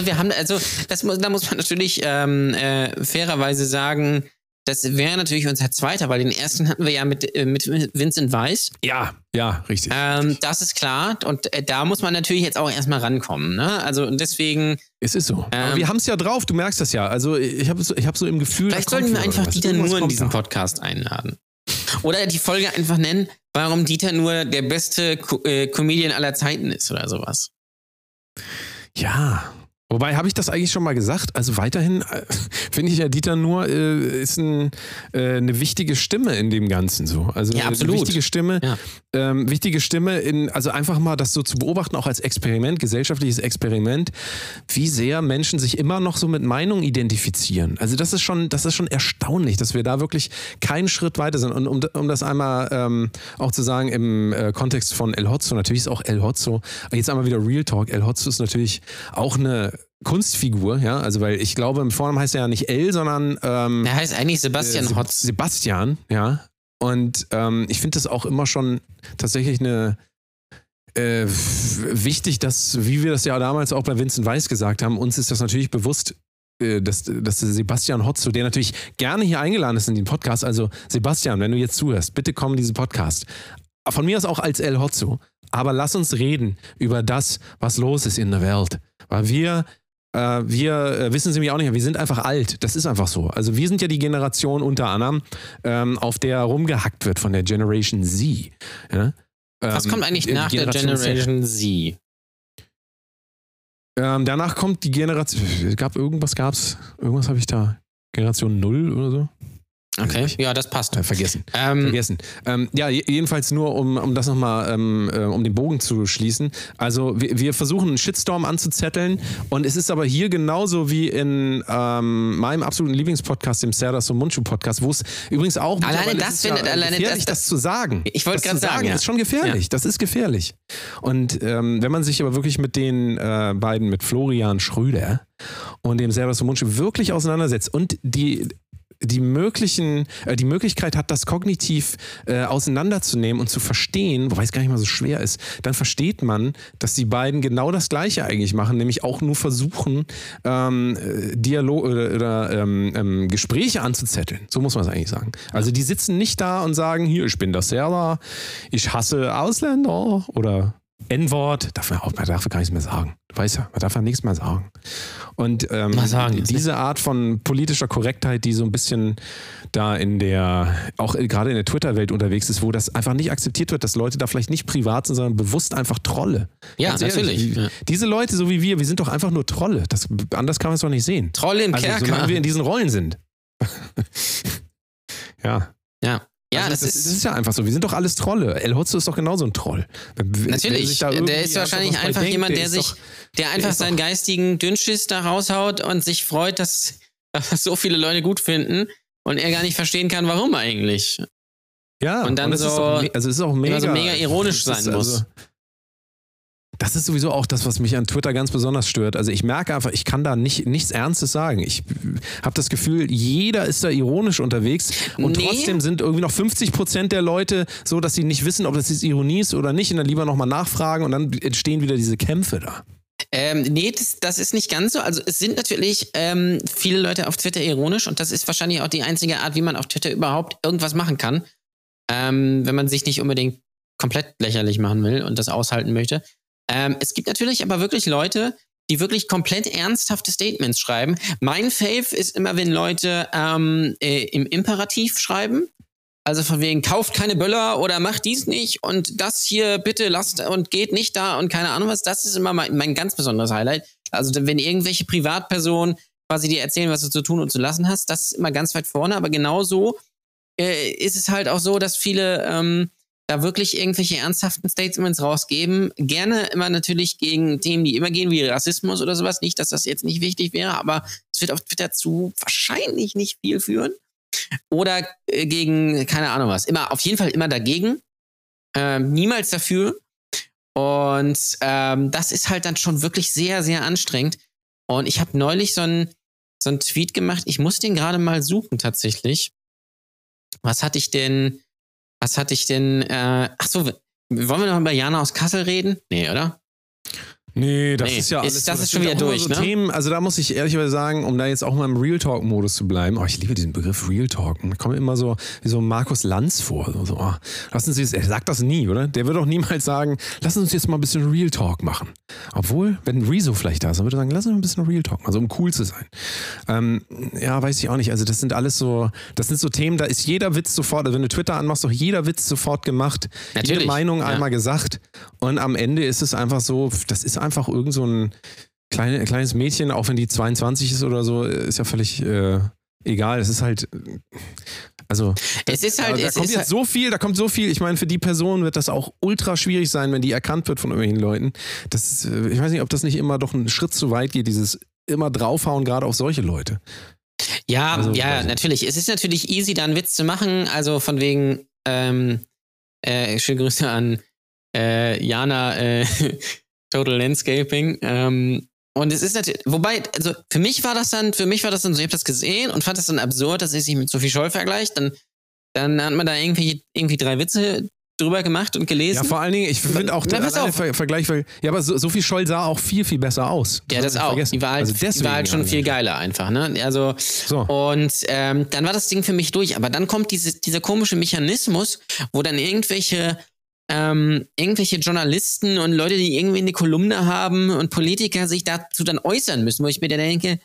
muss man natürlich fairerweise sagen, das wäre natürlich unser zweiter, weil den ersten hatten wir ja mit Vincent Weiss. Ja, richtig. Das ist klar. Und da muss man natürlich jetzt auch erstmal rankommen. Ne? Also und deswegen. Es ist so. Aber wir haben es ja drauf, du merkst das ja. Also ich hab so im Gefühl. Vielleicht sollten wir einfach Dieter Nuhr in diesen Podcast einladen. Oder die Folge einfach nennen, warum Dieter Nuhr der beste Comedian aller Zeiten ist oder sowas. Ja. Wobei, habe ich das eigentlich schon mal gesagt? Also weiterhin finde ich ja, Dieter Nuhr ist eine wichtige Stimme in dem Ganzen so. Also ja, absolut. Eine wichtige Stimme. Ja. Wichtige Stimme also einfach mal das so zu beobachten, auch als Experiment, gesellschaftliches Experiment, wie sehr Menschen sich immer noch so mit Meinung identifizieren. Also das ist schon erstaunlich, dass wir da wirklich keinen Schritt weiter sind. Und um das einmal auch zu sagen im Kontext von El Hotzo, natürlich ist auch El Hotzo, jetzt einmal wieder Real Talk, El Hotzo ist natürlich auch eine Kunstfigur, ja, also weil ich glaube, im Vornamen heißt er ja nicht El, sondern er heißt eigentlich Sebastian Hotz. Sebastian, ja. Und ich finde das auch immer schon tatsächlich wichtig, dass, wie wir das ja damals auch bei Vincent Weiss gesagt haben, uns ist das natürlich bewusst, dass Sebastian Hotzo, der natürlich gerne hier eingeladen ist in den Podcast, also Sebastian, wenn du jetzt zuhörst, bitte komm in diesen Podcast. Von mir aus auch als El Hotzo, aber lass uns reden über das, was los ist in der Welt. Weil wir wissen Sie mir auch nicht, wir sind einfach alt. Das ist einfach so. Also wir sind ja die Generation unter anderem, auf der rumgehackt wird von der Generation Z. Ja? Was kommt eigentlich nach der Generation Z? Danach kommt die Generation, irgendwas habe ich da, Generation 0 oder so? Okay, ja, das passt. Vergessen. Ja, jedenfalls nur, um das nochmal, um den Bogen zu schließen. Also wir versuchen einen Shitstorm anzuzetteln und es ist aber hier genauso wie in meinem absoluten Lieblingspodcast, dem Serdar Somuncu Podcast, wo es übrigens auch gefährlich, das zu sagen. Ich wollte gerade sagen, ist schon gefährlich. Ja. Das ist gefährlich. Und wenn man sich aber wirklich mit den beiden, mit Florian Schröder und dem Serdar Somuncu wirklich auseinandersetzt und die Möglichkeit hat, das kognitiv auseinanderzunehmen und zu verstehen, wobei es gar nicht mal so schwer ist, dann versteht man, dass die beiden genau das Gleiche eigentlich machen, nämlich auch nur versuchen, Dialog oder Gespräche anzuzetteln. So muss man es eigentlich sagen. Also die sitzen nicht da und sagen, hier, ich bin der Serdar, ich hasse Ausländer oder N-Wort, man darf gar nichts mehr sagen. Du weißt ja, man darf ja nichts mehr sagen. Und diese Art von politischer Korrektheit, die so ein bisschen da auch gerade in der Twitter-Welt unterwegs ist, wo das einfach nicht akzeptiert wird, dass Leute da vielleicht nicht privat sind, sondern bewusst einfach Trolle. Ja, natürlich. Diese Leute, so wie wir sind doch einfach nur Trolle. Anders kann man es doch nicht sehen. Trolle im Kerker. Solange wir in diesen Rollen sind. Ja. Ja, das ist ja einfach so. Wir sind doch alles Trolle. El Hotzo ist doch genauso ein Troll. Natürlich. Der ist wahrscheinlich einfach jemand, der einfach seinen geistigen Dünnschiss da raushaut und sich freut, dass so viele Leute gut finden und er gar nicht verstehen kann, warum eigentlich. Ja, und dann es ist auch mega ironisch sein muss. Das ist sowieso auch das, was mich an Twitter ganz besonders stört. Also ich merke einfach, ich kann da nichts Ernstes sagen. Ich habe das Gefühl, jeder ist da ironisch unterwegs und trotzdem sind irgendwie noch 50% der Leute so, dass sie nicht wissen, ob das jetzt Ironie ist oder nicht und dann lieber nochmal nachfragen und dann entstehen wieder diese Kämpfe da. Das ist nicht ganz so. Also es sind natürlich viele Leute auf Twitter ironisch und das ist wahrscheinlich auch die einzige Art, wie man auf Twitter überhaupt irgendwas machen kann, wenn man sich nicht unbedingt komplett lächerlich machen will und das aushalten möchte. Es gibt natürlich aber wirklich Leute, die wirklich komplett ernsthafte Statements schreiben. Mein Fave ist immer, wenn Leute im Imperativ schreiben. Also von wegen, kauft keine Böller oder macht dies nicht und das hier bitte lasst und geht nicht da und keine Ahnung was. Das ist immer mein ganz besonderes Highlight. Also wenn irgendwelche Privatpersonen quasi dir erzählen, was du zu tun und zu lassen hast, das ist immer ganz weit vorne. Aber genauso ist es halt auch so, dass viele da wirklich irgendwelche ernsthaften Statements rausgeben. Gerne immer natürlich gegen Themen, die immer gehen, wie Rassismus oder sowas. Nicht, dass das jetzt nicht wichtig wäre, aber es wird auf Twitter zu wahrscheinlich nicht viel führen. Oder gegen, keine Ahnung was. Auf jeden Fall immer dagegen. Niemals dafür. Und das ist halt dann schon wirklich sehr, sehr anstrengend. Und ich habe neulich so einen Tweet gemacht. Ich muss den gerade mal suchen tatsächlich. Was hatte ich denn? Ach so, wollen wir noch über Jana aus Kassel reden? Nee, oder? Nee, das ist ja alles. Das ist schon wieder durch, so ne? Themen, also da muss ich ehrlicherweise sagen, um da jetzt auch mal im Real Talk-Modus zu bleiben, ich liebe diesen Begriff Real Talk. Da kommt immer so wie so Markus Lanz vor. Lassen Sie es, er sagt das nie, oder? Der wird auch niemals sagen, lassen Sie uns jetzt mal ein bisschen Real Talk machen. Obwohl, wenn Rezo vielleicht da ist, dann würde er sagen, lassen wir ein bisschen Real Talk, also um cool zu sein. Weiß ich auch nicht. Also das sind so Themen, da ist jeder Witz sofort, also wenn du Twitter anmachst, doch jeder Witz sofort gemacht. Natürlich. Jede Meinung einmal gesagt. Und am Ende ist es einfach so, das ist einfach irgend so ein kleines Mädchen, auch wenn die 22 ist oder so, ist ja völlig egal. Es ist halt, also da kommt so viel. Ich meine, für die Person wird das auch ultra schwierig sein, wenn die erkannt wird von irgendwelchen Leuten. Ich weiß nicht, ob das nicht immer doch einen Schritt zu weit geht, dieses immer draufhauen, gerade auf solche Leute. Ja, natürlich. Es ist natürlich easy, da einen Witz zu machen. Also von wegen, schöne Grüße an Jana Total Landscaping. Und es ist natürlich, wobei, also für mich war das dann so, ich habe das gesehen und fand das dann absurd, dass es sich mit Sophie Scholl vergleicht. Dann hat man da irgendwie 3 Witze drüber gemacht und gelesen. Ja, vor allen Dingen, ich finde auch der Vergleich, weil, ja, aber Sophie Scholl sah auch viel, viel besser aus. Ja, das auch. Die war halt schon viel geiler einfach, ne? Also, und dann war das Ding für mich durch. Aber dann kommt dieser komische Mechanismus, wo dann irgendwelche Journalisten und Leute, die irgendwie eine Kolumne haben und Politiker sich dazu dann äußern müssen, wo ich mir dann denke,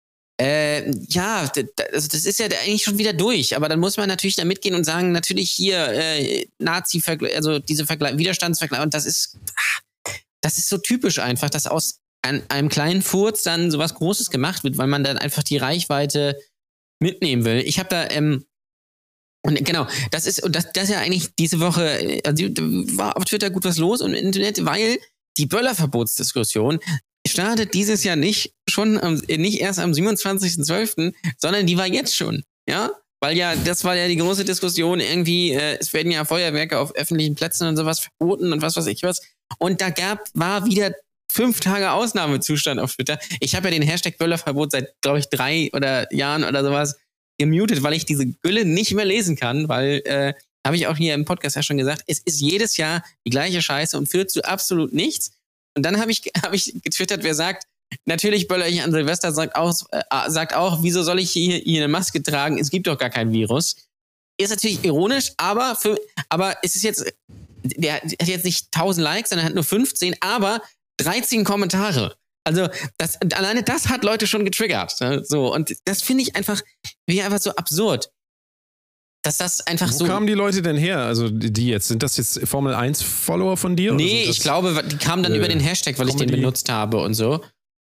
das ist ja eigentlich schon wieder durch, aber dann muss man natürlich da mitgehen und sagen, natürlich hier also diese Widerstandsvergleich, und das ist so typisch einfach, dass aus einem kleinen Furz dann sowas Großes gemacht wird, weil man dann einfach die Reichweite mitnehmen will. Ich habe da und genau, das ist ja eigentlich diese Woche, also war auf Twitter gut was los und im Internet, weil die Böllerverbotsdiskussion startet dieses Jahr nicht erst am 27.12., sondern die war jetzt schon, ja? Weil ja, das war ja die große Diskussion irgendwie, es werden ja Feuerwerke auf öffentlichen Plätzen und sowas verboten und was weiß ich was. Und da war wieder 5 Tage Ausnahmezustand auf Twitter. Ich habe ja den Hashtag Böllerverbot seit, glaube ich, 3 Jahren oder sowas gemutet, weil ich diese Gülle nicht mehr lesen kann, weil, habe ich auch hier im Podcast ja schon gesagt, es ist jedes Jahr die gleiche Scheiße und führt zu absolut nichts. Und dann habe ich getwittert, wer sagt, natürlich böller ich an Silvester, sagt auch, wieso soll ich hier eine Maske tragen? Es gibt doch gar kein Virus. Ist natürlich ironisch, aber es ist jetzt, der hat jetzt nicht 1000 Likes, sondern hat nur 15, aber 13 Kommentare. Also alleine das hat Leute schon getriggert. So, und das finde ich einfach so absurd. Dass das einfach Wo kamen die Leute denn her? Also die jetzt, sind das jetzt Formel-1-Follower von dir? Nee, ich glaube, die kamen dann über den Hashtag, weil ich den benutzt habe und so.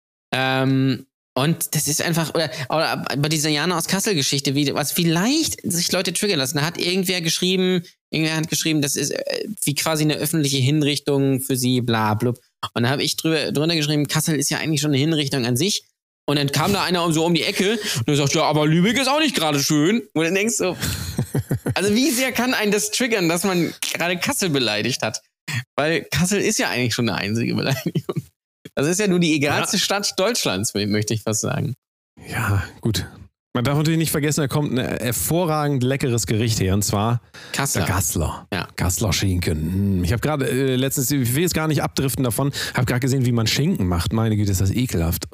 Und das ist einfach, oder bei dieser Jana aus Kassel-Geschichte, wie leicht sich Leute triggern lassen. Da hat irgendwer hat geschrieben, das ist wie quasi eine öffentliche Hinrichtung für sie, bla, blub. Und da habe ich drunter geschrieben, Kassel ist ja eigentlich schon eine Hinrichtung an sich. Und dann kam da einer so um die Ecke und der sagt, ja, aber Lübeck ist auch nicht gerade schön. Und dann denkst du, also wie sehr kann einen das triggern, dass man gerade Kassel beleidigt hat? Weil Kassel ist ja eigentlich schon eine einzige Beleidigung. Das ist ja nur die egalste Stadt Deutschlands, möchte ich fast sagen. Ja, gut. Man darf natürlich nicht vergessen, da kommt ein hervorragend leckeres Gericht her, und zwar der Kassler. Ja. Kassler Schinken. Ich habe gerade letztens, ich will jetzt gar nicht abdriften davon, habe gerade gesehen, wie man Schinken macht. Meine Güte, ist das ekelhaft.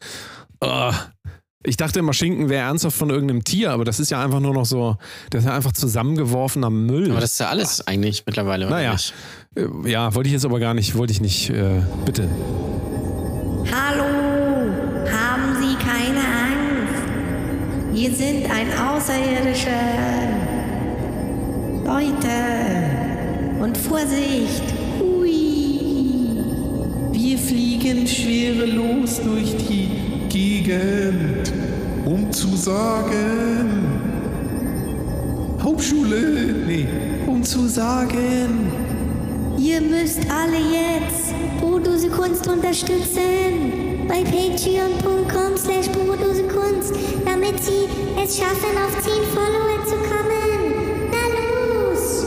Ich dachte immer, Schinken wäre ernsthaft von irgendeinem Tier, aber das ist ja einfach nur noch so, das ist ja einfach zusammengeworfener Müll. Aber das ist ja alles eigentlich mittlerweile. Naja, ja, wollte ich jetzt aber gar nicht, bitte. Hallo, haben Sie keine Angst? Wir sind ein Außerirdischer. Leute, und Vorsicht, hui. Wir fliegen schwerelos durch die Gegend, um zu sagen, um zu sagen, ihr müsst alle jetzt Brotdose Kunst unterstützen bei patreon.com/Brotdose Kunst, damit sie es schaffen, auf 10 Follower zu kommen. Na los!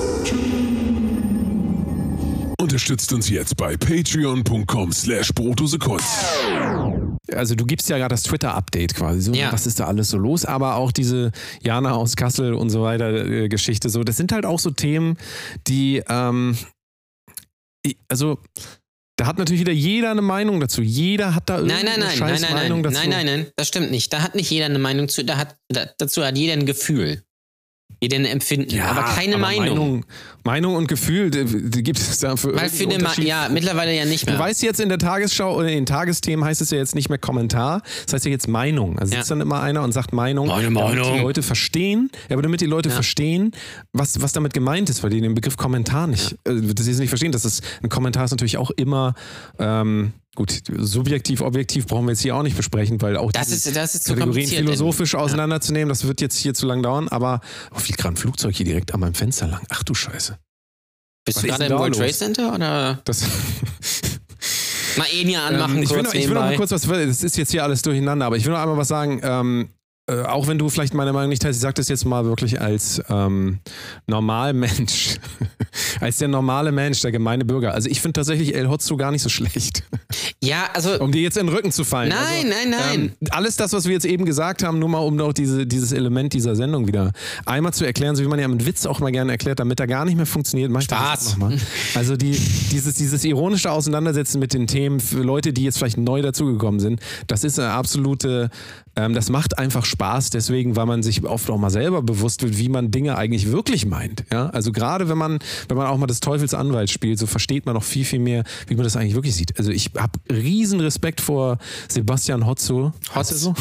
Unterstützt uns jetzt bei patreon.com/Brotdose-Kunst. Also du gibst ja gerade das Twitter-Update quasi, so, was ist da alles so los, aber auch diese Jana aus Kassel und so weiter Geschichte, so, das sind halt auch so Themen, die, also da hat natürlich wieder jeder eine Meinung dazu. Jeder hat da irgendeine Meinung dazu. Nein, das stimmt nicht. Da hat nicht jeder eine Meinung zu, dazu hat jeder ein Gefühl. Jeder ein Empfinden, aber keine Meinung. Meinung und Gefühl, die gibt es da für mittlerweile ja nicht mehr. Du weißt jetzt in der Tagesschau oder in den Tagesthemen heißt es ja jetzt nicht mehr Kommentar, das heißt ja jetzt Meinung. Also sitzt dann immer einer und sagt Meinung. Meine Meinung. Damit die Leute verstehen, verstehen, was damit gemeint ist, weil die den Begriff Kommentar nicht, dass sie es nicht verstehen. Ein Kommentar ist natürlich auch immer, gut, subjektiv, objektiv brauchen wir jetzt hier auch nicht besprechen, weil auch das ist Kategorien philosophisch auseinanderzunehmen, das wird jetzt hier zu lang dauern, aber fliegt gerade ein Flugzeug hier direkt an meinem Fenster lang. Ach du Scheiße. Bist du gerade im World Trade Center oder? Mal Enya anmachen ich will noch mal kurz was, das ist jetzt hier alles durcheinander, aber ich will noch einmal was sagen, auch wenn du vielleicht meine Meinung nicht teilst, ich sage das jetzt mal wirklich als Normalmensch, als der normale Mensch, der gemeine Bürger. Also ich finde tatsächlich El Hotzo gar nicht so schlecht. Ja, also... Um dir jetzt in den Rücken zu fallen. Nein. Alles das, was wir jetzt eben gesagt haben, nur mal um auch dieses Element dieser Sendung wieder einmal zu erklären, so wie man ja mit Witz auch mal gerne erklärt, damit er gar nicht mehr funktioniert. Spaß. Also dieses ironische Auseinandersetzen mit den Themen für Leute, die jetzt vielleicht neu dazugekommen sind, das ist eine absolute... das macht einfach Spaß, deswegen, weil man sich oft auch mal selber bewusst wird, wie man Dinge eigentlich wirklich meint. Ja? Also gerade wenn man auch mal des Teufels Anwalt spielt, so versteht man noch viel, viel mehr, wie man das eigentlich wirklich sieht. Also ich habe riesen Respekt vor Sebastian Hotzo. Hotz.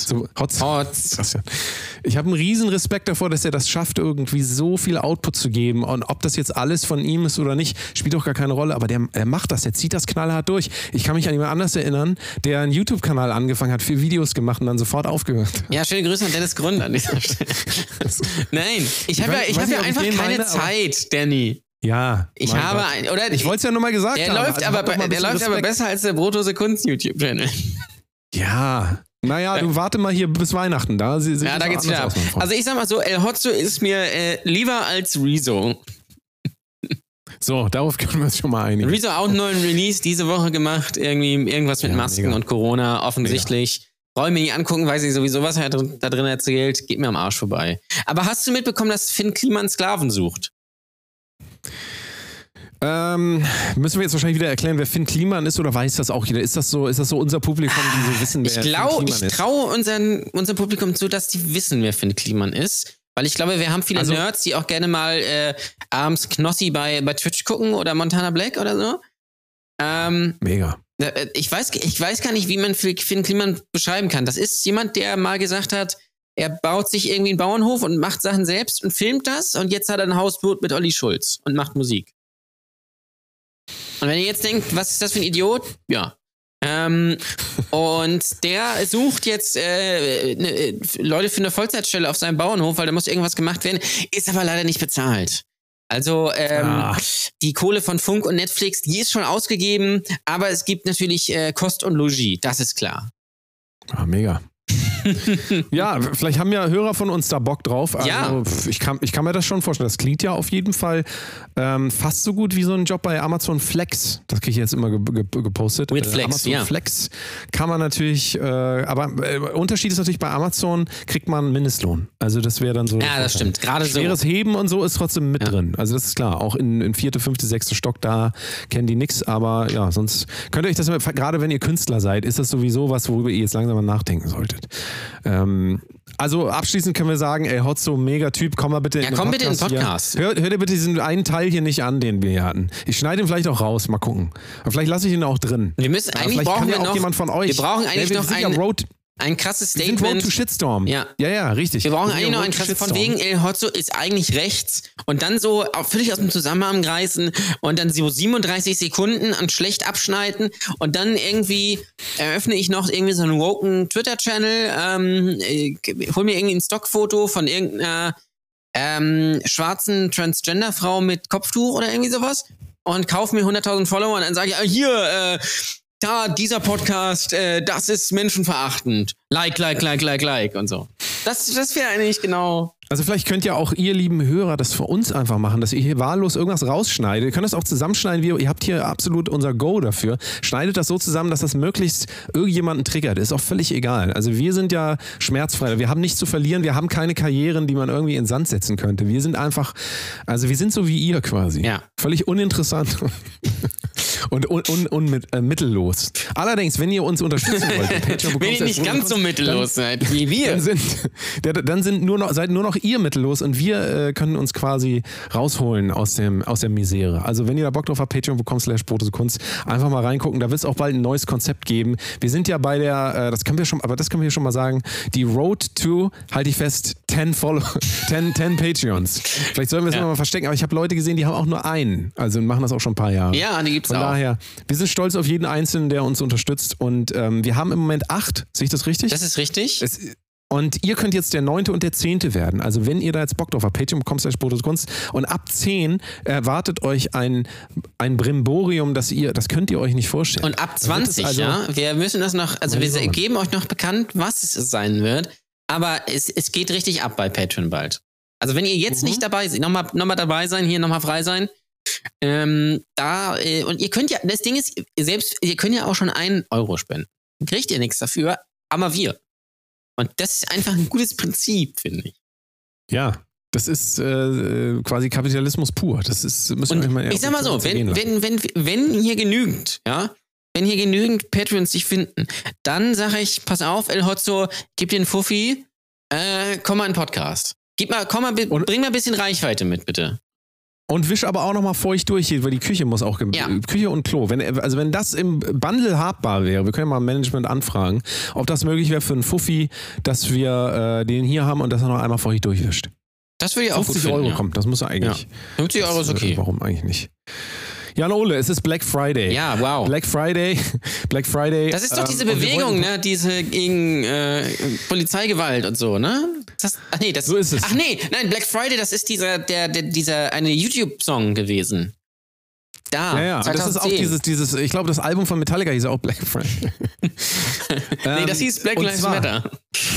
Ich habe einen riesen Respekt davor, dass er das schafft, irgendwie so viel Output zu geben. Und ob das jetzt alles von ihm ist oder nicht, spielt auch gar keine Rolle. Aber er macht das, er zieht das knallhart durch. Ich kann mich an jemand anders erinnern, der einen YouTube-Kanal angefangen hat, 4 Videos gemacht und dann sofort aufgehört. Ja, schöne Grüße an Dennis Grund an dieser Stelle. Nein, ich habe ja einfach keine Zeit, Danny. Ja. Ich wollte es ja nur mal gesagt haben. Der läuft aber besser als der Brotdose Kunst YouTube-Channel. Ja. Naja, du warte mal hier bis Weihnachten. Da geht's wieder ab. Also ich sag mal so, El Hotzo ist mir lieber als Rezo. So, darauf können wir uns schon mal einigen. Rezo auch einen neuen Release diese Woche gemacht. Irgendwas mit Masken und Corona, offensichtlich. Brauche ich mir nicht angucken, weiß ich sowieso, was er da drin erzählt. Geht mir am Arsch vorbei. Aber hast du mitbekommen, dass Finn Kliman Sklaven sucht? Müssen wir jetzt wahrscheinlich wieder erklären, wer Finn Kliman ist, oder weiß das auch jeder? Ist das so unser Publikum, die so wissen, wer Finn Kliman ist? Ich traue unserem Publikum zu, dass die wissen, wer Finn Kliman ist. Weil ich glaube, wir haben viele Nerds, die auch gerne mal abends Knossi bei Twitch gucken oder Montana Black oder so. Mega. Ich weiß gar nicht, wie man Finn Kliman beschreiben kann. Das ist jemand, der mal gesagt hat, er baut sich irgendwie einen Bauernhof und macht Sachen selbst und filmt das und jetzt hat er ein Hausboot mit Olli Schulz und macht Musik. Und wenn ihr jetzt denkt, was ist das für ein Idiot? Ja. Und der sucht jetzt Leute für eine Vollzeitstelle auf seinem Bauernhof, weil da muss irgendwas gemacht werden, ist aber leider nicht bezahlt. Also die Kohle von Funk und Netflix, die ist schon ausgegeben, aber es gibt natürlich Kost und Logis, das ist klar. Ah, mega. Ja, vielleicht haben ja Hörer von uns da Bock drauf. Also, ja. Ich kann mir das schon vorstellen. Das klingt ja auf jeden Fall fast so gut wie so ein Job bei Amazon Flex. Das kriege ich jetzt immer gepostet. With Flex, Amazon ja. Flex kann man natürlich, aber Unterschied ist natürlich, bei Amazon kriegt man Mindestlohn. Also das wäre dann so. Ja, das stimmt. Gerade so. Schweres Heben und so ist trotzdem mit drin. Also das ist klar. Auch in 4., 5., 6. Stock, da kennen die nix. Aber ja, sonst könnt ihr euch das, gerade wenn ihr Künstler seid, ist das sowieso was, worüber ihr jetzt langsam mal nachdenken solltet. Also abschließend können wir sagen, ey, Hotzo, mega Typ, komm mal bitte in den Podcast. Bitte in den Podcast. Hör dir bitte diesen einen Teil hier nicht an, den wir hier hatten. Ich schneide ihn vielleicht auch raus, mal gucken. Aber vielleicht lasse ich ihn auch drin. Wir müssen, eigentlich brauchen wir noch jemand von euch. Wir brauchen eigentlich noch ein krasses Statement. Wir sind Road to Shitstorm. Ja, richtig. Wir brauchen eigentlich noch ein krasses, von wegen El Hotzo ist eigentlich rechts und dann so völlig aus dem Zusammenhang reißen und dann so 37 Sekunden und schlecht abschneiden und dann irgendwie eröffne ich noch irgendwie so einen woken Twitter-Channel, hol mir irgendwie ein Stockfoto von irgendeiner schwarzen Transgender-Frau mit Kopftuch oder irgendwie sowas und kauf mir 100.000 Follower und dann sage ich, hier, dieser Podcast, das ist menschenverachtend. Like und so. Das wäre eigentlich genau. Also vielleicht könnt ja auch ihr lieben Hörer das für uns einfach machen, dass ihr hier wahllos irgendwas rausschneidet. Ihr könnt das auch zusammenschneiden, ihr habt hier absolut unser Go dafür. Schneidet das so zusammen, dass das möglichst irgendjemanden triggert. Ist auch völlig egal. Also wir sind ja schmerzfrei. Wir haben nichts zu verlieren. Wir haben keine Karrieren, die man irgendwie in den Sand setzen könnte. Wir sind einfach, also wir sind so wie ihr quasi. Ja. Völlig uninteressant. Und mittellos. Allerdings, wenn ihr uns unterstützen wollt, wenn ihr nicht ganz so mittellos seid wie wir, dann seid nur noch ihr mittellos und wir können uns quasi rausholen aus der Misere. Also wenn ihr da Bock drauf habt, patreon.com/Brote-Kunst, einfach mal reingucken. Da wird es auch bald ein neues Konzept geben. Wir sind ja bei der, das können wir hier schon mal sagen, die Road to, halte ich fest, 10 Patreons. Vielleicht sollen wir es mal verstecken, aber ich habe Leute gesehen, die haben auch nur einen. Also machen das auch schon ein paar Jahre. Ja, die gibt's auch. Von daher, wir sind stolz auf jeden Einzelnen, der uns unterstützt und wir haben im Moment 8. Sehe ich das richtig? Das ist richtig. Und ihr könnt jetzt der 9. und der 10. werden. Also wenn ihr da jetzt Bock drauf habt, patreon.com/Brote-Kunst und ab 10 erwartet euch ein Brimborium, das könnt ihr euch nicht vorstellen. Und ab 20, wir müssen das noch, also wir geben euch noch bekannt, was es sein wird, aber es geht richtig ab bei Patreon bald. Also wenn ihr jetzt nicht dabei seid, nochmal dabei sein, hier nochmal frei sein, und ihr könnt ja, das Ding ist, ihr könnt ja auch schon 1 Euro spenden. Kriegt ihr nichts dafür, aber wir. Und das ist einfach ein gutes Prinzip, finde ich. Ja, das ist quasi Kapitalismus pur. Das ist, müssen wir mal ich sag mal so, wenn hier genügend Patreons sich finden, dann sage ich, pass auf, El Hotzo, gib dir einen Fuffi, komm mal in den Podcast. Bring mal ein bisschen Reichweite mit, bitte. Und wisch aber auch nochmal feucht durch, weil die Küche muss auch, Küche und Klo. Wenn das im Bundle habbar wäre, wir können ja mal Management anfragen, ob das möglich wäre für einen Fuffi, dass wir den hier haben und dass er noch einmal feucht durchwischt. Das würde ich auch gut finden. 50 Euro kommt, das muss er eigentlich. Ja. 50 Euro ist okay. Warum eigentlich nicht? Jan Ole, es ist Black Friday. Ja, wow. Black Friday. Das ist doch diese Bewegung, ne? Diese gegen Polizeigewalt und so, ne? So ist es. Ach nee, nein, Black Friday, das ist dieser eine YouTube-Song gewesen. Ja, 2010. das ist auch dieses, ich glaube, das Album von Metallica hieß auch Black Friday. Nee, das hieß Black Lives Matter.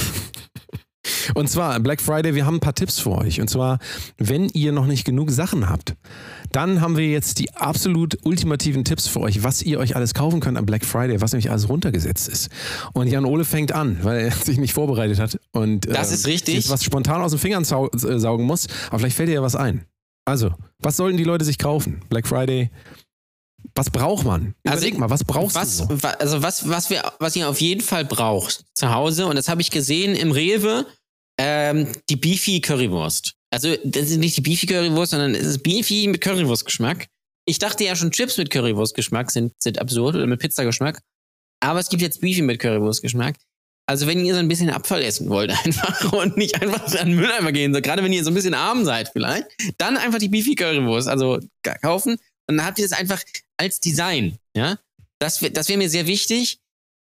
Und zwar, Black Friday, wir haben ein paar Tipps für euch. Und zwar, wenn ihr noch nicht genug Sachen habt, dann haben wir jetzt die absolut ultimativen Tipps für euch, was ihr euch alles kaufen könnt am Black Friday, was nämlich alles runtergesetzt ist. Und Jan Ole fängt an, weil er sich nicht vorbereitet hat. Und das ist richtig. Jetzt was spontan aus den Fingern saugen muss. Aber vielleicht fällt dir ja was ein. Also, was sollten die Leute sich kaufen? Black Friday. Was braucht man? Überleg mal, was brauchst du so? Also was ihr auf jeden Fall braucht zu Hause, und das habe ich gesehen im Rewe, die Beefy Currywurst. Also das ist nicht die Beefy Currywurst, sondern es ist Beefy mit Currywurstgeschmack. Ich dachte ja schon, Chips mit Currywurstgeschmack sind absurd oder mit Pizzageschmack. Aber es gibt jetzt Beefy mit Currywurstgeschmack. Also wenn ihr so ein bisschen Abfall essen wollt einfach und nicht einfach an den Mülleimer gehen, so, gerade wenn ihr so ein bisschen arm seid vielleicht, dann einfach die Beefy Currywurst kaufen und dann habt ihr das einfach als Design. Ja, das wäre mir sehr wichtig.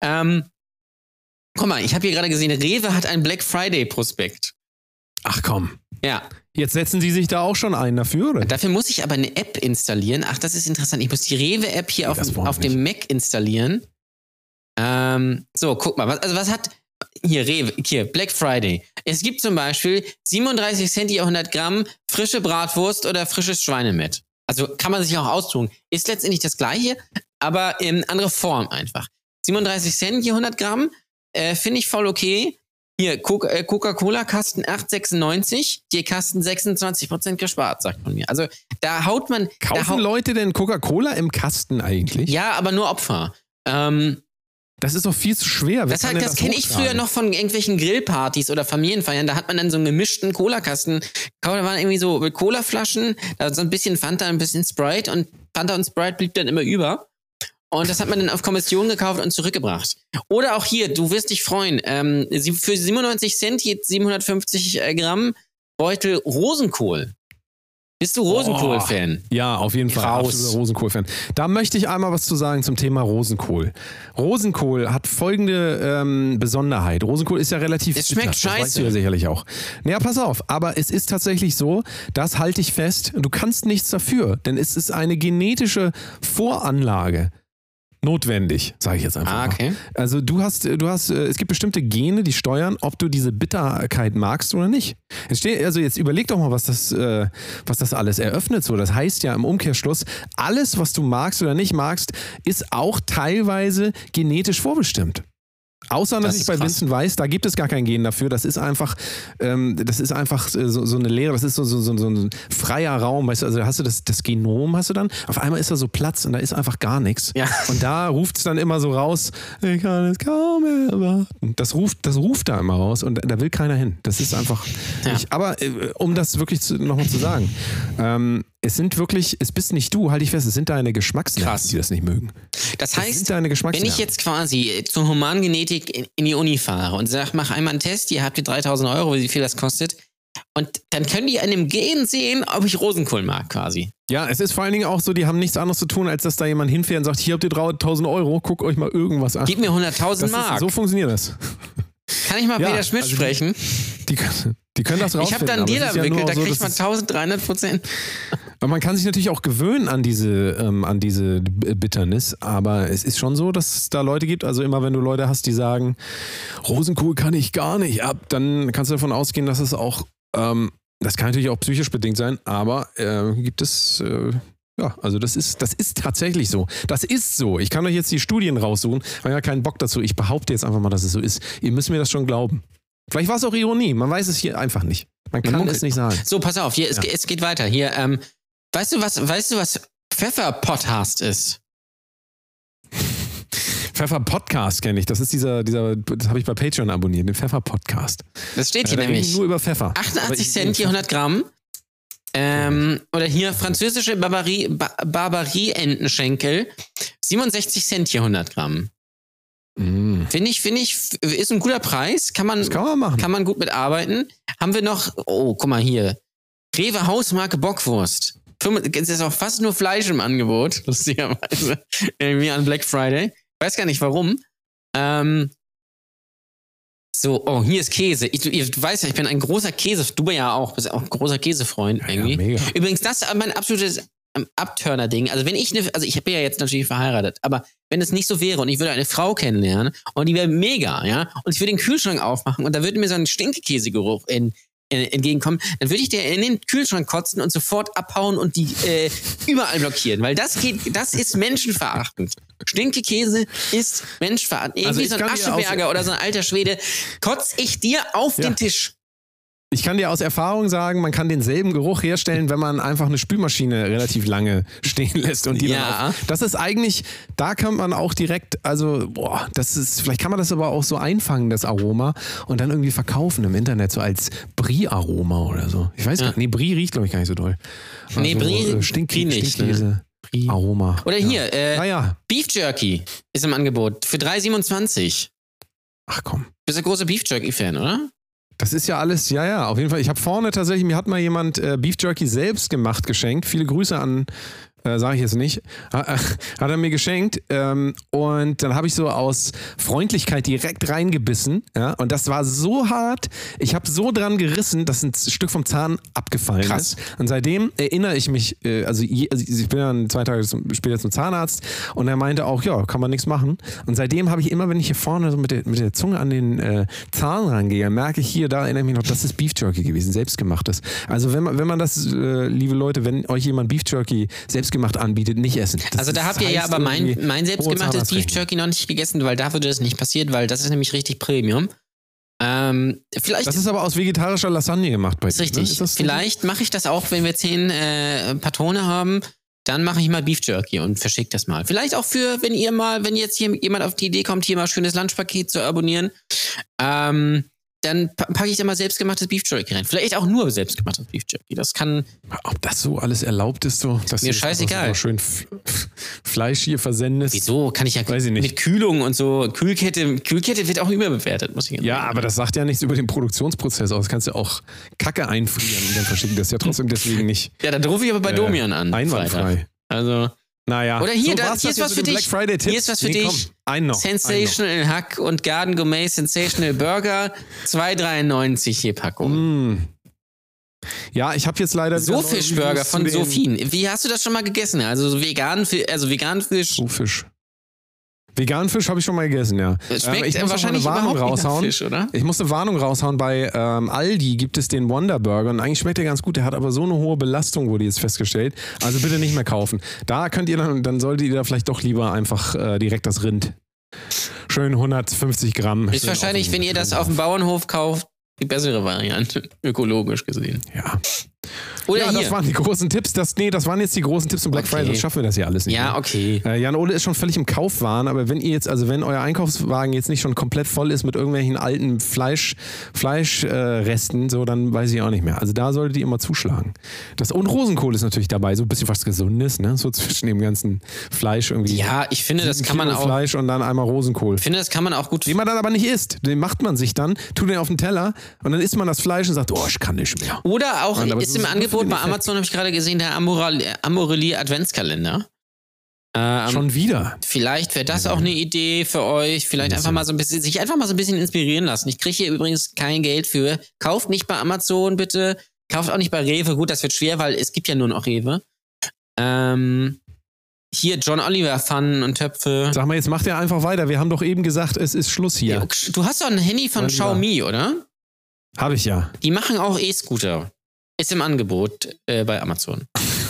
Guck mal, ich habe hier gerade gesehen, Rewe hat einen Black Friday Prospekt. Ach komm. Ja. Jetzt setzen Sie sich da auch schon ein dafür, oder? Dafür muss ich aber eine App installieren. Ach, das ist interessant. Ich muss die Rewe-App hier auf dem Mac installieren. So, guck mal. Was hat... Hier, Black Friday. Es gibt zum Beispiel 37 Cent je 100 Gramm frische Bratwurst oder frisches Schweinemett. Also kann man sich auch austun. Ist letztendlich das Gleiche, aber in andere Form einfach. 37 Cent je 100 Gramm finde ich voll okay. Hier, Coca-Cola-Kasten 8,96, die Kasten 26% gespart, sagt man mir. Also da haut man... Kaufen Leute denn Coca-Cola im Kasten eigentlich? Ja, aber nur Opfer. Das ist doch viel zu schwer. Das kenne ich früher noch von irgendwelchen Grillpartys oder Familienfeiern. Da hat man dann so einen gemischten Cola-Kasten. Da waren irgendwie so Cola-Flaschen, da so ein bisschen Fanta, ein bisschen Sprite und Fanta und Sprite blieb dann immer über. Und das hat man dann auf Kommission gekauft und zurückgebracht. Oder auch hier, du wirst dich freuen, für 97 Cent jetzt 750 Gramm Beutel Rosenkohl. Bist du Rosenkohl-Fan? Ja, auf jeden Fall. Absoluter Rosenkohl-Fan. Da möchte ich einmal was zu sagen zum Thema Rosenkohl. Rosenkohl hat folgende Besonderheit. Rosenkohl ist ja relativ... Es schmeckt scheiße. Das weißt du ja sicherlich auch. Naja, pass auf. Aber es ist tatsächlich so, das halte ich fest, du kannst nichts dafür. Denn es ist eine genetische Voranlage. Notwendig, sage ich jetzt einfach mal. Okay. Also es gibt bestimmte Gene, die steuern, ob du diese Bitterkeit magst oder nicht. Jetzt überleg doch mal, was das alles eröffnet. So, das heißt ja im Umkehrschluss, alles, was du magst oder nicht magst, ist auch teilweise genetisch vorbestimmt. Außer natürlich bei Vincent Weiss, da gibt es gar kein Gen dafür. Das ist einfach so eine Leere, das ist so ein freier Raum, weißt du, also da hast du das Genom, hast du dann, auf einmal ist da so Platz und da ist einfach gar nichts. Ja. Und da ruft es dann immer so raus, ich kann es kaum erwarten. Das ruft da immer raus und da will keiner hin. Das ist einfach nicht. Aber um das wirklich nochmal zu sagen, es bist nicht du, halte ich fest, es sind deine Geschmacksnerven, die das nicht mögen. Das heißt, wenn ich jetzt quasi zur Humangenetik in die Uni fahre und sage, mach einmal einen Test, ihr habt 3.000 Euro, wie viel das kostet, und dann können die an dem Gen sehen, ob ich Rosenkohl mag quasi. Ja, es ist vor allen Dingen auch so, die haben nichts anderes zu tun, als dass da jemand hinfährt und sagt, hier habt ihr 3.000 Euro, guckt euch mal irgendwas an. Gib mir 100.000 Mark. So funktioniert das. Kann ich mal Peter Schmidt sprechen? Die können das rausfinden. Ich habe da einen Deal entwickelt, da kriegt man 1.300%. Aber man kann sich natürlich auch gewöhnen an diese Bitternis, aber es ist schon so, dass es da Leute gibt, also immer wenn du Leute hast, die sagen, Rosenkohl kann ich gar nicht ab, dann kannst du davon ausgehen, dass es auch, das kann natürlich auch psychisch bedingt sein, aber gibt es... also das ist tatsächlich so. Das ist so. Ich kann euch jetzt die Studien raussuchen. Ich habe ja keinen Bock dazu. Ich behaupte jetzt einfach mal, dass es so ist. Ihr müsst mir das schon glauben. Vielleicht war es auch Ironie. Man weiß es hier einfach nicht. Man kann es nicht sagen. So, pass auf. Hier, es geht weiter. Hier, weißt du, was Pfeffer-Podcast ist? Pfeffer-Podcast kenne ich. Das ist das habe ich bei Patreon abonniert, den Pfeffer-Podcast. Das steht hier nämlich. Nur über Pfeffer. 88 Cent je 100 Gramm. Oder hier französische Barbarie-Entenschenkel, 67 Cent je 100 Gramm. Finde ich, ist ein guter Preis. Kann man machen. Kann man gut mitarbeiten. Haben wir noch, guck mal hier, Rewe Hausmarke Bockwurst. Es ist auch fast nur Fleisch im Angebot, lustigerweise. Irgendwie an Black Friday. Weiß gar nicht warum. Hier ist Käse. Ihr weißt ja, ich bin ein großer Käse. Du ja auch, bist auch ein großer Käsefreund irgendwie. Ja, mega. Übrigens, das ist mein absolutes Abturner-Ding. Also ich bin ja jetzt natürlich verheiratet, aber wenn es nicht so wäre und ich würde eine Frau kennenlernen und die wäre mega, ja, und ich würde den Kühlschrank aufmachen und da würde mir so ein Stinkekäsegeruch entgegenkommen, dann würde ich dir in den Kühlschrank kotzen und sofort abhauen und die überall blockieren, weil das ist menschenverachtend. Stinkekäse ist menschenverachtend. Irgendwie so ein Ascheberger oder so ein alter Schwede kotze ich dir auf den Tisch. Ich kann dir aus Erfahrung sagen, man kann denselben Geruch herstellen, wenn man einfach eine Spülmaschine relativ lange stehen lässt und die dann das ist eigentlich, da kann man auch direkt, vielleicht kann man das aber auch so einfangen, das Aroma, und dann irgendwie verkaufen im Internet, so als Brie-Aroma oder so. Ich weiß gar nicht, Brie riecht, glaube ich, gar nicht so doll. Nee, Brie Stinkkäse. Aroma. Oder hier, ja. Beef Jerky ist im Angebot für 3,27. Ach komm. Du bist ein großer Beef Jerky-Fan, oder? Das ist ja alles, ja, auf jeden Fall. Ich habe vorne tatsächlich, mir hat mal jemand Beef Jerky selbst gemacht geschenkt. Viele Grüße an, sage ich jetzt nicht, hat er mir geschenkt. Und dann habe ich so aus Freundlichkeit direkt reingebissen. Ja, und das war so hart, ich habe so dran gerissen, dass ein Stück vom Zahn abgefallen ist. Und seitdem erinnere ich mich, also ich bin dann 2 Tage später zum Zahnarzt und er meinte auch, ja, kann man nichts machen. Und seitdem habe ich immer, wenn ich hier vorne so mit der Zunge an den Zahn rangehe, merke ich hier, da erinnere ich mich noch, das ist Beef Jerky gewesen, selbstgemachtes. Also wenn man das, liebe Leute, wenn euch jemand Beef Jerky selbstgemacht anbietet, nicht essen. Also da habt ihr ja aber mein selbstgemachtes Beef Jerky noch nicht gegessen, weil da würde das nicht passieren, weil das ist nämlich richtig Premium. Vielleicht. Das ist aber aus vegetarischer Lasagne gemacht bei dir. Ist richtig. Ne? Ist das vielleicht mache ich das auch, wenn wir 10 Patrone haben, dann mache ich mal Beef Jerky und verschicke das mal. Vielleicht auch für, wenn jetzt hier jemand auf die Idee kommt, hier mal ein schönes Lunchpaket zu abonnieren, dann packe ich da mal selbstgemachtes Beef Jerky rein. Vielleicht auch nur selbstgemachtes Beef Jerky. Das kann. Ob das so alles erlaubt ist, so, dass mir scheißegal. Schön Fleisch hier versendest. Wieso? Kann ich ja Weiß ich nicht. Mit Kühlung und so. Kühlkette wird auch überbewertet, muss ich sagen. Ja, aber das sagt ja nichts über den Produktionsprozess aus. Das kannst du auch Kacke einfrieren und dann verschicken. Das ist ja trotzdem deswegen nicht. Ja, dann rufe ich aber bei Domian an. Einwandfrei. Freitag. Also. Naja. Oder hier, hier ist was für dich. Hier ist was für dich. Sensational Hack und Garden Gourmet Sensational Burger. 2,93 je Packung. Ja, ich habe jetzt leider Sofischburger von Sofien. Wie hast du das schon mal gegessen? Also veganen Fisch. Sofisch. Veganen Fisch habe ich schon mal gegessen, ja. Schmeckt ich muss wahrscheinlich eine Warnung überhaupt raushauen. nicht nach Fisch, oder? Ich muss eine Warnung raushauen. Bei Aldi gibt es den Wonder Burger und eigentlich schmeckt der ganz gut. Der hat aber so eine hohe Belastung, wurde jetzt festgestellt. Also bitte nicht mehr kaufen. Da könnt ihr dann solltet ihr da vielleicht doch lieber einfach direkt das Rind. Schön 150 Gramm. Ist wahrscheinlich, wenn ihr das auf dem Bauernhof kauft, die bessere Variante, ökologisch gesehen. Ja. Oder ja, hier. Das waren die großen Tipps. Das waren jetzt die großen Tipps zum Black Friday. Sonst schaffen wir das ja alles nicht. Ja, mehr. Okay. Jan Ole ist schon völlig im Kaufwahn, aber wenn euer Einkaufswagen jetzt nicht schon komplett voll ist mit irgendwelchen alten Fleischresten, so, dann weiß ich auch nicht mehr. Also da solltet ihr immer zuschlagen. Und Rosenkohl ist natürlich dabei, so ein bisschen was Gesundes, ne? So zwischen dem ganzen Fleisch irgendwie. Ja, ich finde, das kann man auch. Fleisch und dann einmal Rosenkohl. Ich finde, das kann man auch gut. Den man dann aber nicht isst. Den macht man sich dann, tut den auf den Teller und dann isst man das Fleisch und sagt, oh, ich kann nicht mehr. Oder auch ist im Angebot bei Amazon, habe ich gerade gesehen, der Amorelie Adventskalender. Schon wieder. Vielleicht wäre das auch eine Idee für euch. Vielleicht sich einfach mal so ein bisschen inspirieren lassen. Ich kriege hier übrigens kein Geld für. Kauft nicht bei Amazon, bitte. Kauft auch nicht bei Rewe. Gut, das wird schwer, weil es gibt ja nur noch Rewe. Hier John Oliver Pfannen und Töpfe. Sag mal, jetzt macht ihr einfach weiter. Wir haben doch eben gesagt, es ist Schluss hier. Ja, du hast doch ein Handy von Xiaomi, oder? Habe ich ja. Die machen auch E-Scooter. Ist im Angebot bei Amazon.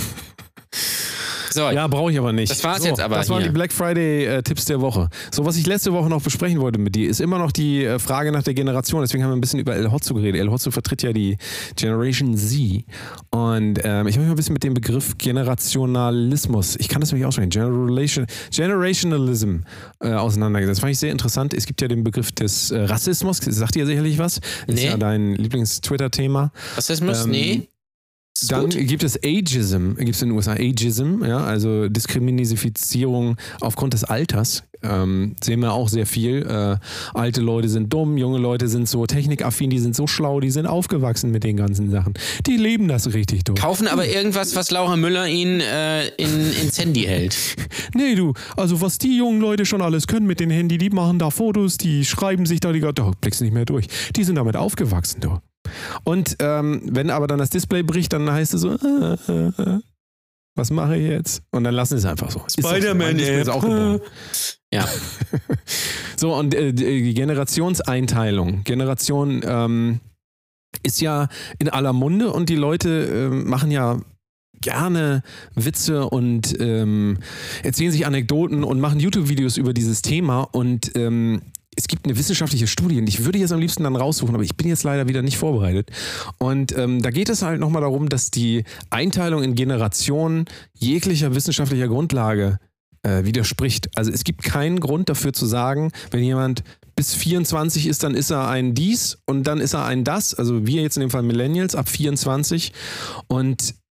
So, ja, brauche ich aber nicht. Das war's jetzt aber. Das waren die Black Friday-Tipps der Woche. So, was ich letzte Woche noch besprechen wollte mit dir, ist immer noch die Frage nach der Generation. Deswegen haben wir ein bisschen über El Hotzo geredet. El Hotzo vertritt ja die Generation Z. Und ich habe mich mal ein bisschen mit dem Begriff Generationalismus, ich kann das nicht aussprechen, Generationalism auseinandergesetzt. Das fand ich sehr interessant. Es gibt ja den Begriff des Rassismus. Sagt dir sicherlich was? Das ist ja dein Lieblings-Twitter-Thema. Rassismus? Nee. Dann gibt es Ageism, gibt es in den USA Ageism, ja, also Diskriminierung aufgrund des Alters. Sehen wir auch sehr viel. Alte Leute sind dumm, junge Leute sind so technikaffin, die sind so schlau, die sind aufgewachsen mit den ganzen Sachen. Die leben das richtig durch. Kaufen aber irgendwas, was Laura Müller ihnen ins Handy hält. Nee, du, also was die jungen Leute schon alles können mit dem Handy, die machen da Fotos, die schreiben sich da, blickst nicht mehr durch. Die sind damit aufgewachsen, du. Und wenn aber dann das Display bricht, dann heißt es so, was mache ich jetzt? Und dann lassen sie es einfach so. Spider-Man ist auch geboren. Ja. So, und die Generationseinteilung. Generation ist ja in aller Munde und die Leute machen ja gerne Witze und erzählen sich Anekdoten und machen YouTube-Videos über dieses Thema und es gibt eine wissenschaftliche Studie, und ich würde jetzt am liebsten dann raussuchen, aber ich bin jetzt leider wieder nicht vorbereitet. Und da geht es halt nochmal darum, dass die Einteilung in Generationen jeglicher wissenschaftlicher Grundlage widerspricht. Also es gibt keinen Grund dafür zu sagen, wenn jemand bis 24 ist, dann ist er ein dies und dann ist er ein das. Also wir jetzt in dem Fall Millennials ab 24. Und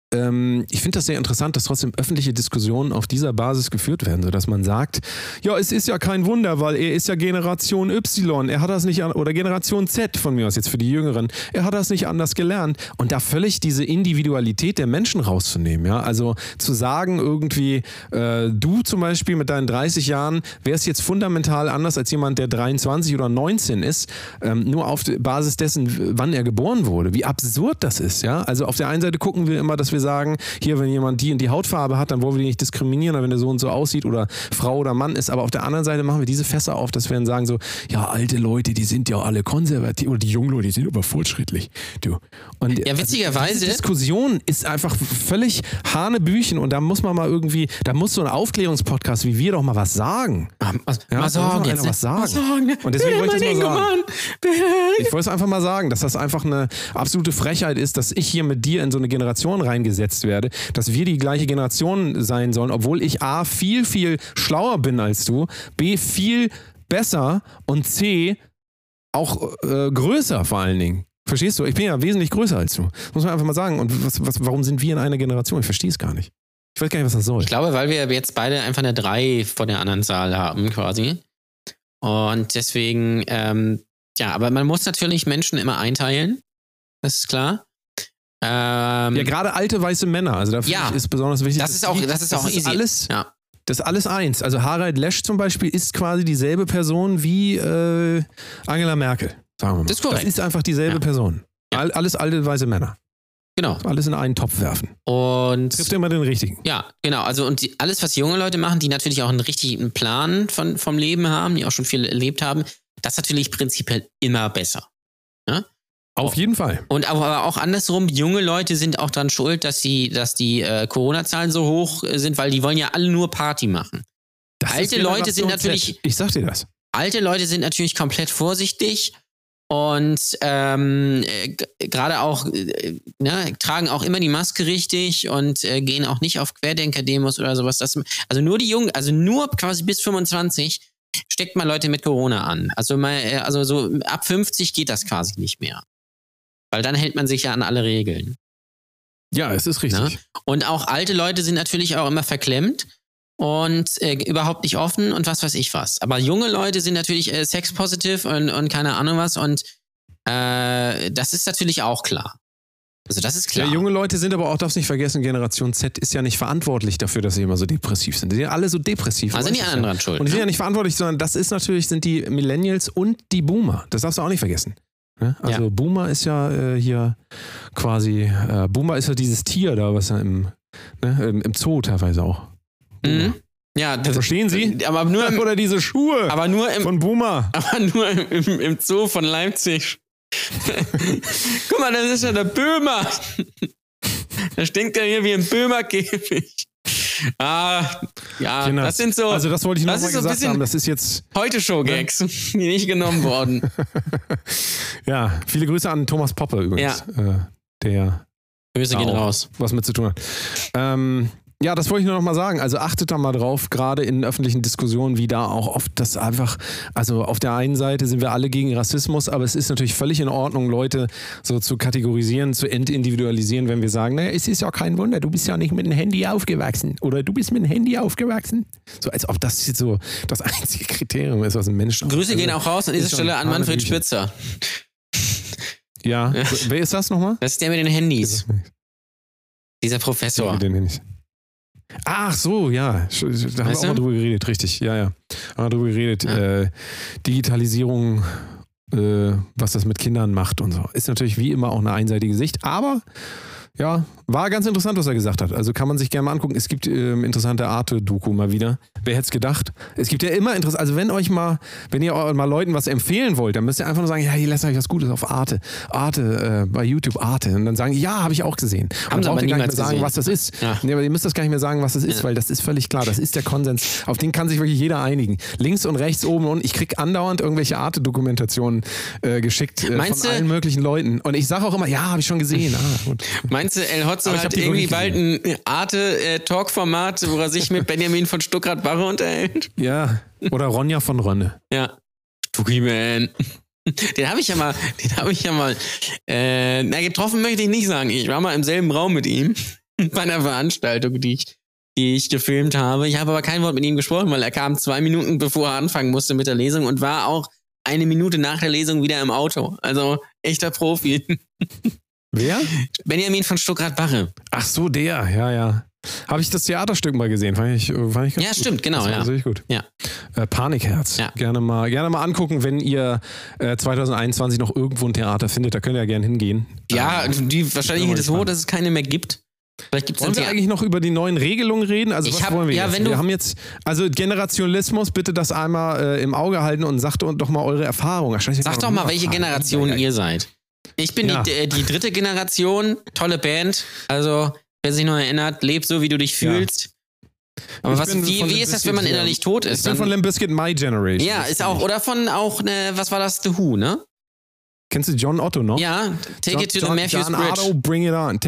ich finde das sehr interessant, dass trotzdem öffentliche Diskussionen auf dieser Basis geführt werden, sodass man sagt, ja, es ist ja kein Wunder, weil er ist ja Generation Y, er hat das nicht, oder Generation Z von mir aus jetzt für die Jüngeren, er hat das nicht anders gelernt. Und da völlig diese Individualität der Menschen rauszunehmen, ja, also zu sagen irgendwie, du zum Beispiel mit deinen 30 Jahren wärst jetzt fundamental anders als jemand, der 23 oder 19 ist, nur auf Basis dessen, wann er geboren wurde. Wie absurd das ist, ja. Also auf der einen Seite gucken wir immer, dass wir sagen, hier, wenn jemand die und die Hautfarbe hat, dann wollen wir die nicht diskriminieren, oder wenn der so und so aussieht oder Frau oder Mann ist. Aber auf der anderen Seite machen wir diese Fässer auf, dass wir dann sagen so, ja, alte Leute, die sind ja alle konservativ, oder die jungen Leute, die sind aber fortschrittlich. Du. Und ja, witzigerweise. Also, diese Diskussion ist einfach völlig Hanebüchen, und da muss man mal irgendwie, da muss so ein Aufklärungspodcast wie wir doch mal was sagen. Mal sagen jetzt. Was sagen. Und deswegen wollte ich das mal sagen. Ich wollte es einfach mal sagen, dass das einfach eine absolute Frechheit ist, dass ich hier mit dir in so eine Generation reingesetzt werde, dass wir die gleiche Generation sein sollen, obwohl ich A, viel, viel schlauer bin als du, B, viel besser und C, auch größer vor allen Dingen. Verstehst du? Ich bin ja wesentlich größer als du. Das muss man einfach mal sagen. Und warum sind wir in einer Generation? Ich verstehe es gar nicht. Ich weiß gar nicht, was das soll. Ich glaube, weil wir jetzt beide einfach eine 3 von der anderen Zahl haben, quasi. Und deswegen, ja, aber man muss natürlich Menschen immer einteilen. Das ist klar. Ja, gerade alte weiße Männer. Also dafür ist besonders wichtig. Das ist auch easy. Alles, das ist alles eins. Also Harald Lesch zum Beispiel ist quasi dieselbe Person wie Angela Merkel. Sagen wir mal. Das ist korrekt. Das ist einfach dieselbe Person. Ja. Alles alte weiße Männer. Genau. Alles in einen Topf werfen. Und trifft immer den richtigen. Ja, genau. Also und alles, was junge Leute machen, die natürlich auch einen richtigen Plan vom Leben haben, die auch schon viel erlebt haben, das ist natürlich prinzipiell immer besser. Ja? Auf jeden Fall. Und aber auch andersrum, junge Leute sind auch dran schuld, dass die Corona-Zahlen so hoch sind, weil die wollen ja alle nur Party machen. Alte Leute sind natürlich. Ich sag dir das. Alte Leute sind natürlich komplett vorsichtig und gerade auch tragen auch immer die Maske richtig und gehen auch nicht auf Querdenker-Demos oder sowas. Also nur die Jungen, also nur quasi bis 25 steckt man Leute mit Corona an. Also so ab 50 geht das quasi nicht mehr. Weil dann hält man sich ja an alle Regeln. Ja, es ist richtig. Ja? Und auch alte Leute sind natürlich auch immer verklemmt und überhaupt nicht offen und was weiß ich was. Aber junge Leute sind natürlich sex-positive und keine Ahnung was und das ist natürlich auch klar. Also das ist klar. Ja, junge Leute sind aber auch, darfst nicht vergessen, Generation Z ist ja nicht verantwortlich dafür, dass sie immer so depressiv sind. Die sind ja alle so depressiv. Also sind die anderen dran schuld. Und die sind ja nicht verantwortlich, sondern das ist natürlich, sind die Millennials und die Boomer. Das darfst du auch nicht vergessen. Also Boomer ist ja hier quasi, Boomer ist ja dieses Tier da, was ja im Zoo teilweise auch. Mhm. Ja, verstehen Sie? Aber nur oder diese Schuhe aber nur von Boomer. Aber nur im Zoo von Leipzig. Guck mal, das ist ja der Böhmer. Der stinkt ja hier wie ein Böhmerkäfig. Genau. Das sind so. Also das wollte ich noch mal gesagt haben. Das ist jetzt Heute-Show-Gags, die nicht genommen wurden. Ja, viele Grüße an Thomas Poppe übrigens. Ja. Der Grüße gehen raus. Was mit zu tun hat. Ja, das wollte ich nur noch mal sagen. Also achtet da mal drauf, gerade in öffentlichen Diskussionen, wie da auch oft das einfach, also auf der einen Seite sind wir alle gegen Rassismus, aber es ist natürlich völlig in Ordnung, Leute so zu kategorisieren, zu entindividualisieren, wenn wir sagen, naja, es ist ja kein Wunder, du bist ja nicht mit dem Handy aufgewachsen oder du bist mit dem Handy aufgewachsen. So als ob das jetzt so das einzige Kriterium ist, was ein Mensch... Grüße gehen auch raus an dieser Stelle an Manfred Spitzer. Ja, wer ist das nochmal? Das ist der mit den Handys. Dieser Professor. Mit den Handys. Ach so, ja. Da haben wir auch mal drüber geredet, richtig. Ja. Haben wir drüber geredet. Digitalisierung, was das mit Kindern macht und so. Ist natürlich wie immer auch eine einseitige Sicht, aber ja, war ganz interessant, was er gesagt hat. Also kann man sich gerne mal angucken. Es gibt interessante Arte-Doku mal wieder. Wer hätte es gedacht? Es gibt ja immer interessant. Also wenn ihr mal Leuten was empfehlen wollt, dann müsst ihr einfach nur sagen, ja, hier lässt euch was Gutes auf Arte. Bei YouTube Arte. Und dann sagen, ja, habe ich auch gesehen. Haben sie aber gar nicht mehr sagen, gesehen. Was das ist. Ja. Nee, aber ihr müsst das gar nicht mehr sagen, was das ist, weil das ist völlig klar. Das ist der Konsens. Auf den kann sich wirklich jeder einigen. Links und rechts, oben und ich kriege andauernd irgendwelche Arte-Dokumentationen geschickt von allen möglichen Leuten. Und ich sage auch immer, ja, habe ich schon gesehen. Gut. Meinst du, El Hotzo hat irgendwie bald ein Arte-Talk-Format, wo er sich mit Benjamin von Stuckrad-Barre unterhält? Ja, oder Ronja von Rönne. Ja. Stucki Man. Den habe ich ja mal, getroffen möchte ich nicht sagen. Ich war mal im selben Raum mit ihm. bei einer Veranstaltung, die ich gefilmt habe. Ich habe aber kein Wort mit ihm gesprochen, weil er kam 2 Minuten, bevor er anfangen musste mit der Lesung und war auch 1 Minute nach der Lesung wieder im Auto. Also echter Profi. Wer? Benjamin von Stuckrad-Barre. Ach so, der, ja. Habe ich das Theaterstück mal gesehen? Fand ich ganz ja, gut. Stimmt, genau. Das war richtig gut. Ja. Panikherz. Ja. Gerne mal angucken, wenn ihr 2021 noch irgendwo ein Theater findet. Da könnt ihr ja gerne hingehen. Ja, die Wahrscheinlichkeit ist hoch, dass es keine mehr gibt. Vielleicht gibt's wollen wir eigentlich noch über die neuen Regelungen reden? Also was wollen wir jetzt? Wir haben jetzt, also Generationalismus, bitte das einmal im Auge halten und sagt doch mal eure Erfahrung. Sagt doch mal, welche Generation ihr seid. Ich bin die 3. Generation, tolle Band. Also, wer sich noch erinnert, leb so, wie du dich fühlst. Aber wie ist das, wenn man innerlich tot ist? Ich bin von Limp Bizkit My Generation. Ja, ist auch, oder von auch, was war das, The Who, ne? Kennst du John Otto noch? Ja, Take It to the Matthews Bridge. Otto, bring it on.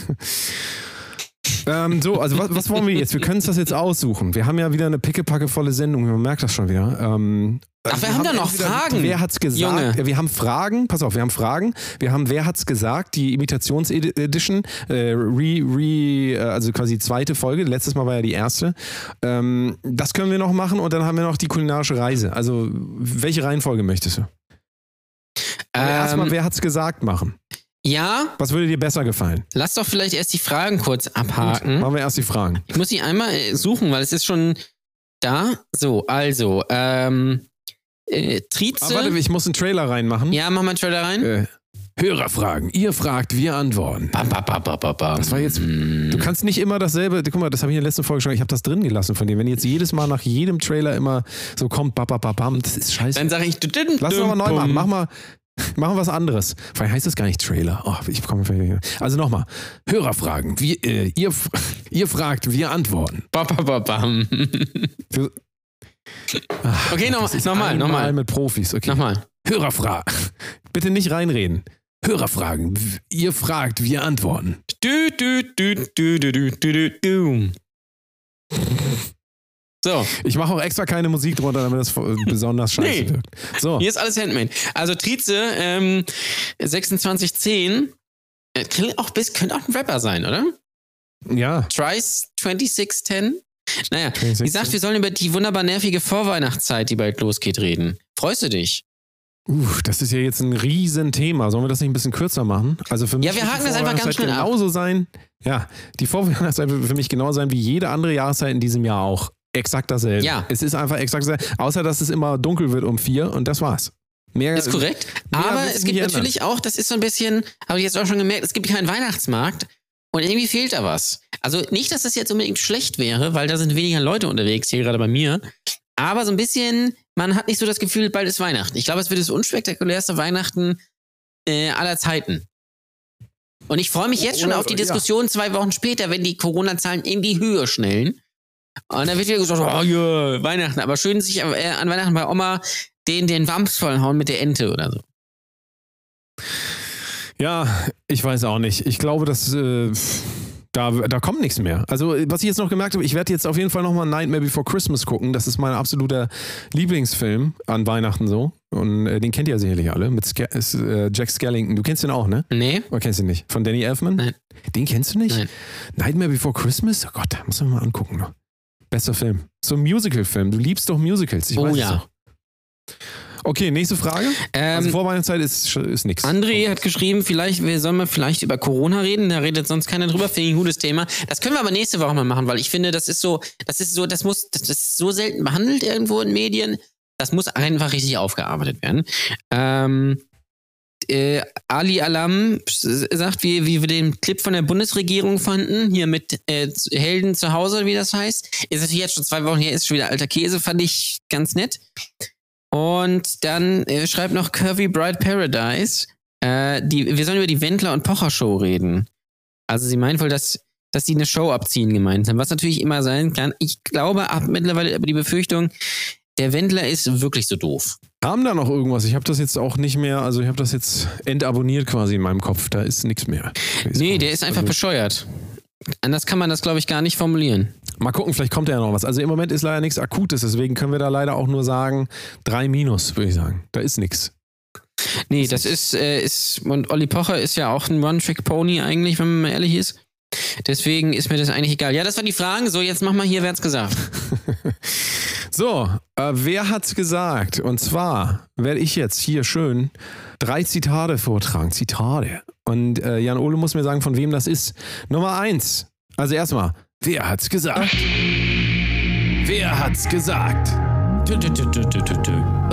So, also was wollen wir jetzt? Wir können uns das jetzt aussuchen. Wir haben ja wieder eine pickepackevolle Sendung, man merkt das schon wieder. Ach, wir haben da noch Fragen. Wer hat's gesagt? Junge. Wir haben Fragen. Pass auf, wir haben Fragen. Wir haben Wer hat's gesagt? Die Imitations-Edition. Also quasi 2. Folge. Letztes Mal war ja die 1. Das können wir noch machen und dann haben wir noch die kulinarische Reise. Also, welche Reihenfolge möchtest du? Aber erstmal, Wer hat's gesagt machen? Ja. Was würde dir besser gefallen? Lass doch vielleicht erst die Fragen kurz abhaken. Gut, machen wir erst die Fragen. Ich muss sie einmal suchen, weil es ist schon da. So, also, Trize. Warte, ich muss einen Trailer reinmachen. Ja, mach mal einen Trailer rein. Hörerfragen. Ihr fragt, wir antworten. Bam. Das war jetzt. Du kannst nicht immer dasselbe. Guck mal, das habe ich in der letzten Folge schon. Ich habe das drin gelassen von dir. Wenn jetzt jedes Mal nach jedem Trailer immer so kommt, bam, das ist scheiße. Dann sage ich, lass uns mal neu machen. Machen wir was anderes. Vielleicht heißt das gar nicht Trailer. Oh, ich komme. Also nochmal. Hörerfragen. Ihr fragt, wir antworten. Bam. Okay, nochmal. Mit Profis. Okay. Nochmal. Hörerfragen. Bitte nicht reinreden. Hörerfragen. Ihr fragt, wir antworten. So. Ich mache auch extra keine Musik drunter, damit das besonders scheiße wirkt. So. Hier ist alles Handmade. Also Trize, 2610, könnte auch ein Rapper sein, oder? Ja. Trice 2610. Naja, wie gesagt, wir sollen über die wunderbar nervige Vorweihnachtszeit, die bald losgeht, reden. Freust du dich? Das ist ja jetzt ein Riesenthema. Sollen wir das nicht ein bisschen kürzer machen? Also für mich wir haken das einfach ganz schnell ab. Genauso sein. Ja, die Vorweihnachtszeit wird für mich genauso sein wie jede andere Jahreszeit in diesem Jahr auch. Exakt dasselbe. Ja. Es ist einfach exakt dasselbe. Außer, dass es immer dunkel wird um 4 und das war's. Mehr ist korrekt. Aber es gibt natürlich auch, das ist so ein bisschen, habe ich jetzt auch schon gemerkt, es gibt keinen Weihnachtsmarkt und irgendwie fehlt da was. Also nicht, dass das jetzt unbedingt schlecht wäre, weil da sind weniger Leute unterwegs, hier gerade bei mir. Aber so ein bisschen, man hat nicht so das Gefühl, bald ist Weihnachten. Ich glaube, es wird das unspektakulärste Weihnachten aller Zeiten. Und ich freue mich jetzt schon auf die Diskussion 2 Wochen später, wenn die Corona-Zahlen in die Höhe schnellen. Und dann wird wieder gesagt, Weihnachten. Aber schön sich an Weihnachten bei Oma den Wams vollhauen mit der Ente oder so. Ja, ich weiß auch nicht. Ich glaube, dass da kommt nichts mehr. Also, was ich jetzt noch gemerkt habe, ich werde jetzt auf jeden Fall nochmal Nightmare Before Christmas gucken. Das ist mein absoluter Lieblingsfilm an Weihnachten so. Und den kennt ihr ja sicherlich alle. Mit Jack Skellington. Du kennst den auch, ne? Nee. Oder kennst du den nicht? Von Danny Elfman? Nein. Den kennst du nicht? Nein. Nightmare Before Christmas? Oh Gott, muss man mal angucken noch. Bester Film. So ein Musical-Film. Du liebst doch Musicals. Ich weiß es doch. Okay, nächste Frage. Also Vorweihnachtszeit ist nix. André hat geschrieben, wir sollen mal über Corona reden. Da redet sonst keiner drüber. Finde ich ein gutes Thema. Das können wir aber nächste Woche mal machen, weil ich finde, das ist so selten behandelt irgendwo in Medien. Das muss einfach richtig aufgearbeitet werden. Ali Alam sagt, wie wir den Clip von der Bundesregierung fanden, hier mit Helden zu Hause, wie das heißt. Ist natürlich jetzt schon 2 Wochen her, ist schon wieder alter Käse, fand ich ganz nett. Und dann schreibt noch Curvy Bright Paradise, wir sollen über die Wendler- und Pocher-Show reden. Also sie meint wohl, dass die eine Show abziehen gemeint haben, was natürlich immer sein kann. Ich glaube, mittlerweile aber die Befürchtung, der Wendler ist wirklich so doof. Haben da noch irgendwas? Ich habe das jetzt auch nicht mehr, also ich habe das jetzt entabonniert quasi in meinem Kopf. Da ist nichts mehr. Der ist einfach bescheuert. Anders kann man das, glaube ich, gar nicht formulieren. Mal gucken, vielleicht kommt ja noch was. Also im Moment ist leider nichts Akutes, deswegen können wir da leider auch nur sagen, 3-, würde ich sagen. Da ist nichts. Nee, das ist und Olli Pocher ist ja auch ein One-Trick-Pony eigentlich, wenn man mal ehrlich ist. Deswegen ist mir das eigentlich egal. Ja, das waren die Fragen. So, jetzt mach mal hier, wer hat's gesagt? So, wer hat's gesagt? Und zwar werde ich jetzt hier schön 3 Zitate vortragen. Zitate. Und Jan Ole muss mir sagen, von wem das ist. Nummer 1. Also erstmal, wer hat's gesagt? Wer hat's gesagt? Ja, wer hat das denn jetzt gesagt?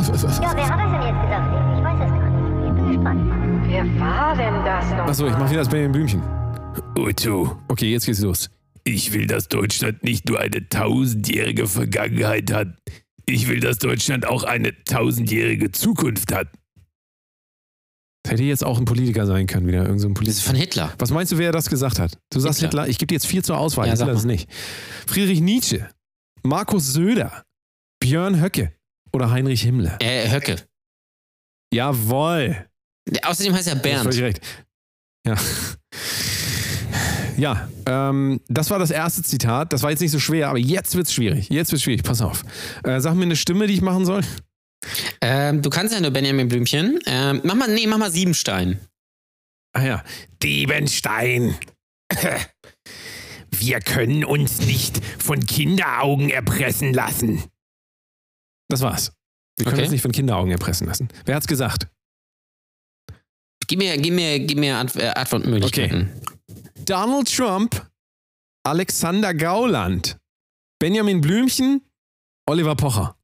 Ich weiß es gar nicht. Ich bin gespannt. Wer war denn das noch? Achso, ich mach wieder das Benjamin Blümchen. Otto, Okay, jetzt geht's los. ich will, dass Deutschland nicht nur eine 1000-jährige Vergangenheit hat. Ich will, dass Deutschland auch eine 1000-jährige Zukunft hat. Das hätte jetzt auch ein Politiker sein können, wieder irgend so ein Das ist Politiker. von Hitler. Was meinst du, wer das gesagt hat? Du sagst Hitler. Hitler, ich gebe dir jetzt 4 zur Auswahl, Ja, Hitler sag ist nicht. Friedrich Nietzsche, Markus Söder, Björn Höcke oder Heinrich Himmler. Höcke. Jawohl. Außerdem heißt er Du hast völlig Bernd. recht. Ja. Ja, das war das erste Zitat. Das war jetzt nicht so schwer, aber jetzt wird's schwierig. Pass auf. Sag mir eine Stimme, die ich machen soll. Du kannst ja nur Benjamin Blümchen. Mach mal Siebenstein. Ah ja. Diebenstein. Wir können uns nicht von Kinderaugen erpressen lassen. Das war's. Wir können Okay. uns nicht von Kinderaugen erpressen lassen. Wer hat's gesagt? Gib mir Antwortmöglichkeiten. Donald Trump, Alexander Gauland, Benjamin Blümchen, Oliver Pocher.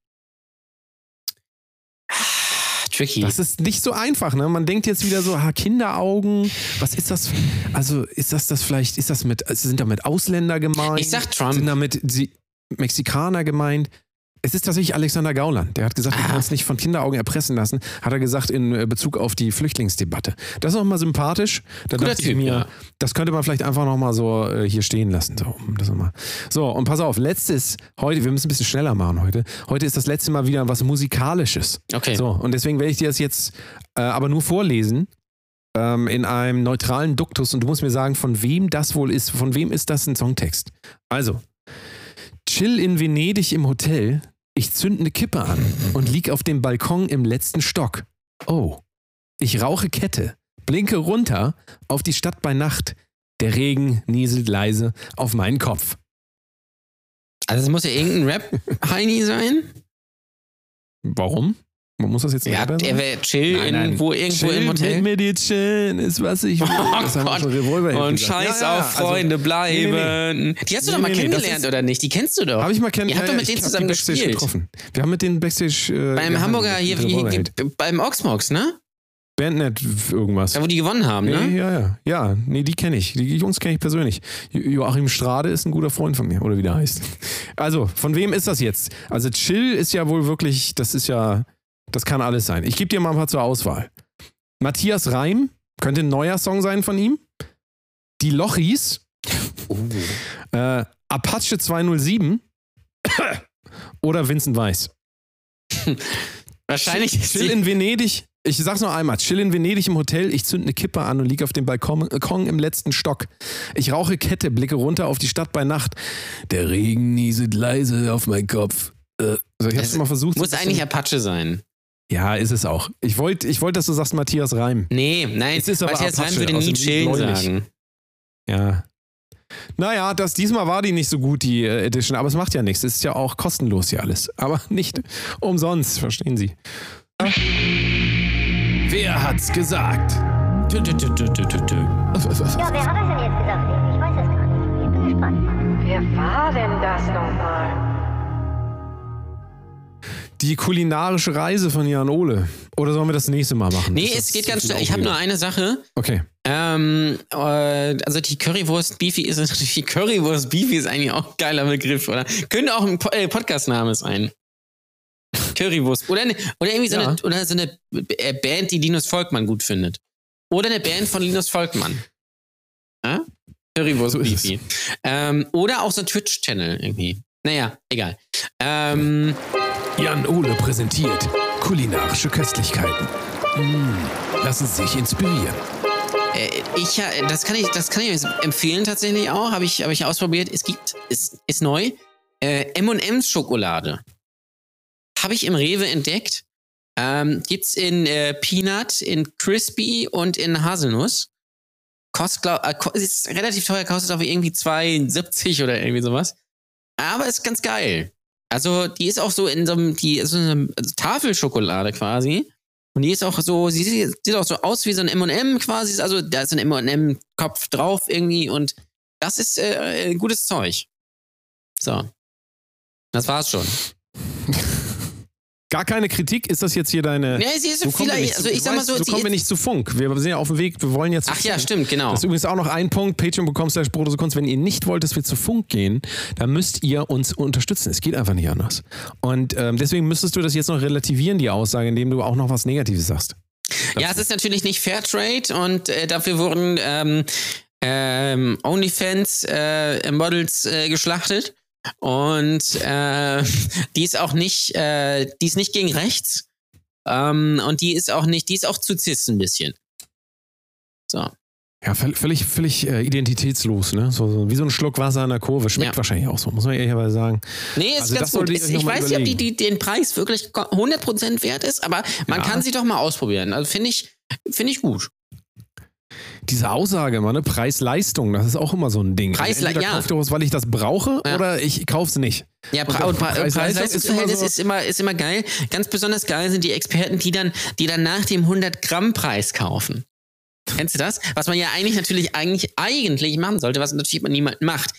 Tricky. Das ist nicht so einfach, ne? Man denkt jetzt wieder so, Kinderaugen, was ist das? Also ist das vielleicht, sind damit Ausländer gemeint? Ich sag Trump. Sind damit Mexikaner gemeint? Es ist tatsächlich Alexander Gauland. Der hat gesagt, wir können uns nicht von Kinderaugen erpressen lassen, hat er gesagt in Bezug auf die Flüchtlingsdebatte. Das ist auch mal sympathisch. Da Guter dachte ich Typ, mir, ja. das könnte man vielleicht einfach nochmal so hier stehen lassen. So, und pass auf, heute, wir müssen ein bisschen schneller machen heute. Heute ist das letzte Mal wieder was Musikalisches. Okay. So, und deswegen werde ich dir das jetzt aber nur vorlesen in einem neutralen Duktus und du musst mir sagen, von wem das wohl ist. Von wem ist das ein Songtext? Also, chill in Venedig im Hotel, ich zünd ne Kippe an und lieg auf dem Balkon im letzten Stock. Oh, ich rauche Kette, blinke runter auf die Stadt bei Nacht. Der Regen nieselt leise auf meinen Kopf. Also es muss ja irgendein Rap-Heini sein. Warum? Man muss das jetzt nicht Ja, sein? der wäre chill irgendwo Chill im Hotel. mit mir chillen ist, was ich will. Das haben wir Gott. schon Revolverheld Und gesagt. scheiß Ja, auf also, Freunde bleiben. Die hast du doch mal das kennengelernt, ist- oder nicht? Die kennst du doch. Habe ich mal Ihr habt doch mit denen ich hab zusammen die Backstage gespielt. getroffen. Wir haben mit denen Backstage Beim Hamburger hier, mit Revolverheld. beim Oxmox, ne? Bandnet irgendwas. Da, wo die gewonnen haben, ne? Nee, ja. Nee, die kenne ich. Die Jungs kenne ich persönlich. Joachim Strade ist ein guter Freund von mir, oder wie der heißt. Also, von wem ist das jetzt? Also, Chill ist ja wohl wirklich, das kann alles sein. Ich gebe dir mal ein paar zur Auswahl. Matthias Reim, könnte ein neuer Song sein von ihm. Die Lochis. Apache 207. Oder Vincent Weiss. Wahrscheinlich ist Chill die, in Venedig. Ich sag's noch einmal. Chill in Venedig im Hotel. Ich zünd ne Kippe an und lieg auf dem Balkon im letzten Stock. Ich rauche Kette, blicke runter auf die Stadt bei Nacht. Der Regen nieselt leise auf meinen Kopf. Also ich hab's Es mal versucht. muss so ein eigentlich bisschen- Apache sein. Ja, ist es auch. Ich wollte, dass du sagst Matthias Reim. Nee, nein, Es ist aber Matthias Reim Apache würde aus nie dem chillen Lied sagen. Ja. Naja, diesmal war die nicht so gut, die Edition, aber es macht ja nichts. Es ist ja auch kostenlos hier alles. Aber nicht umsonst, verstehen Sie. Wer hat's gesagt? Ja, wer hat das denn jetzt gesagt? Ich weiß es gar nicht. Ich bin gespannt. Wer war denn das nochmal? Die kulinarische Reise von Jan Ole. Oder sollen wir das nächste Mal machen? Nee, Ist es das geht zu ganz viel schnell. Ich habe nur Aufregung? eine Sache. Okay. Also die Currywurst Beefy ist natürlich, die Currywurst Beefy ist eigentlich auch ein geiler Begriff, oder? Könnte auch ein Podcast-Name sein. Currywurst. Oder irgendwie so Ja. eine Band, die Linus Volkmann gut findet. Oder eine Band von Linus Volkmann. Ja? Currywurst So ist Beefy. Oder auch so ein Twitch-Channel irgendwie. Naja, egal. Jan Ole präsentiert kulinarische Köstlichkeiten. Lassen Sie sich inspirieren. Das kann ich empfehlen tatsächlich auch. Habe ich ausprobiert. Ist neu. M&M's Schokolade. Habe ich im Rewe entdeckt. Gibt's in Peanut, in Crispy und in Haselnuss. ist relativ teuer, kostet aber irgendwie 2,70 oder irgendwie sowas. Aber ist ganz geil. Also die ist auch so die ist so eine Tafelschokolade quasi. Und die ist auch so, sie sieht auch so aus wie so ein M&M quasi. Also da ist ein M&M-Kopf drauf irgendwie und das ist gutes Zeug. So. Das war's schon. Gar keine Kritik, ist das jetzt hier deine... Nee, sie ist so vielleicht, also ich sag mal so... So kommen wir nicht zu Funk. Wir sind ja auf dem Weg, wir wollen jetzt... Ach ja, stimmt, genau. Das ist übrigens auch noch ein Punkt, patreon.com/Brotdose-Kunst. Wenn ihr nicht wollt, dass wir zu Funk gehen, dann müsst ihr uns unterstützen. Es geht einfach nicht anders. Und deswegen müsstest du das jetzt noch relativieren, die Aussage, indem du auch noch was Negatives sagst. Ja, es ist natürlich nicht Fairtrade und dafür wurden OnlyFans-Models geschlachtet. Und die ist auch nicht, die ist nicht gegen rechts. Und die ist auch zu cis ein bisschen. So. Ja, völlig identitätslos, ne? So wie so ein Schluck Wasser an der Kurve. Schmeckt wahrscheinlich auch so, muss man ehrlicherweise sagen. Nee, ist ganz gut. Ich weiß nicht, ob die den Preis wirklich 100% wert ist, aber man kann sie doch mal ausprobieren. Also finde ich gut. Diese Aussage, ne? Preis-Leistung, das ist auch immer so ein Ding. Preis-Leistung, ja. Kaufe ich was, weil ich das brauche, oder ich kaufe es nicht. Ja, Preis-Leistungsverhältnis ist immer geil. Ganz besonders geil sind die Experten, die dann nach dem 100-Gramm-Preis kaufen. Kennst du das? Was man ja eigentlich machen sollte, was natürlich niemand macht.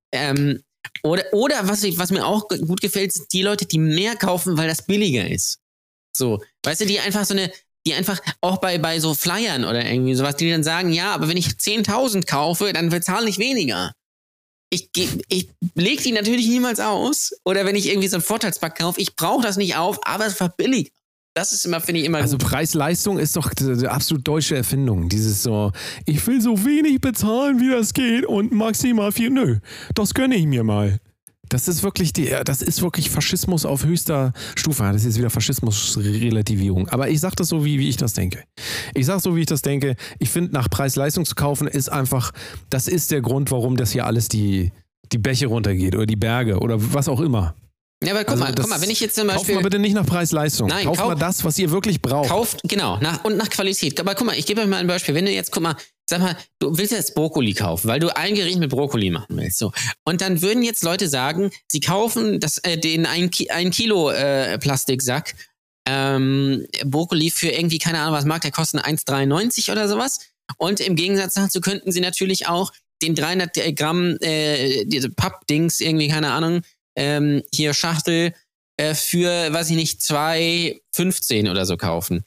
Oder was mir auch gut gefällt, sind die Leute, die mehr kaufen, weil das billiger ist. So, weißt du, die einfach auch bei so Flyern oder irgendwie sowas, die dann sagen, ja, aber wenn ich 10.000 kaufe, dann bezahle ich weniger. Ich lege die natürlich niemals aus. Oder wenn ich irgendwie so einen Vorteilspack kaufe, ich brauche das nicht auf, aber es verbilligt. Das ist immer, finde ich, immer also gut. Preis-Leistung ist doch eine absolut deutsche Erfindung. Dieses so, ich will so wenig bezahlen, wie das geht und maximal viel, nö, das gönne ich mir mal. Das ist wirklich Faschismus auf höchster Stufe. Das ist jetzt wieder Faschismus-Relativierung. Aber ich sage das so, wie ich das denke. Ich finde, nach Preis-Leistung zu kaufen ist einfach, das ist der Grund, warum das hier alles die Bäche runtergeht oder die Berge oder was auch immer. Ja, aber guck mal, wenn ich jetzt zum Beispiel... Kauft mal bitte nicht nach Preis-Leistung. Nein, kauft mal das, was ihr wirklich braucht. Nach Qualität. Aber guck mal, ich gebe euch mal ein Beispiel. Wenn du jetzt, sag mal, du willst jetzt Brokkoli kaufen, weil du ein Gericht mit Brokkoli machen willst. So. Und dann würden jetzt Leute sagen, sie kaufen den 1 Kilo Plastiksack Brokkoli für irgendwie, keine Ahnung, was mag der kosten, 1,93 oder sowas. Und im Gegensatz dazu könnten sie natürlich auch den 300 Gramm diese Pappdings, irgendwie, keine Ahnung, hier Schachtel für, weiß ich nicht, 2,15 oder so kaufen.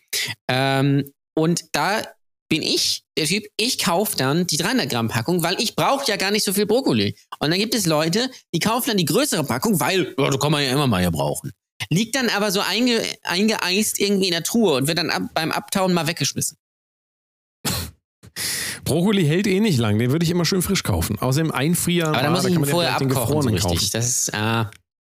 Und da bin ich der Typ, ich kaufe dann die 300 Gramm Packung, weil ich brauche ja gar nicht so viel Brokkoli. Und dann gibt es Leute, die kaufen dann die größere Packung, weil, das kann man ja immer mal hier brauchen. Liegt dann aber so eingeeist irgendwie in der Truhe und wird dann beim Abtauen mal weggeschmissen. Brokkoli hält eh nicht lang, den würde ich immer schön frisch kaufen. Außerdem einfrieren. Aber da muss ich ihn vorher abkochen, so richtig. Das ist, ja.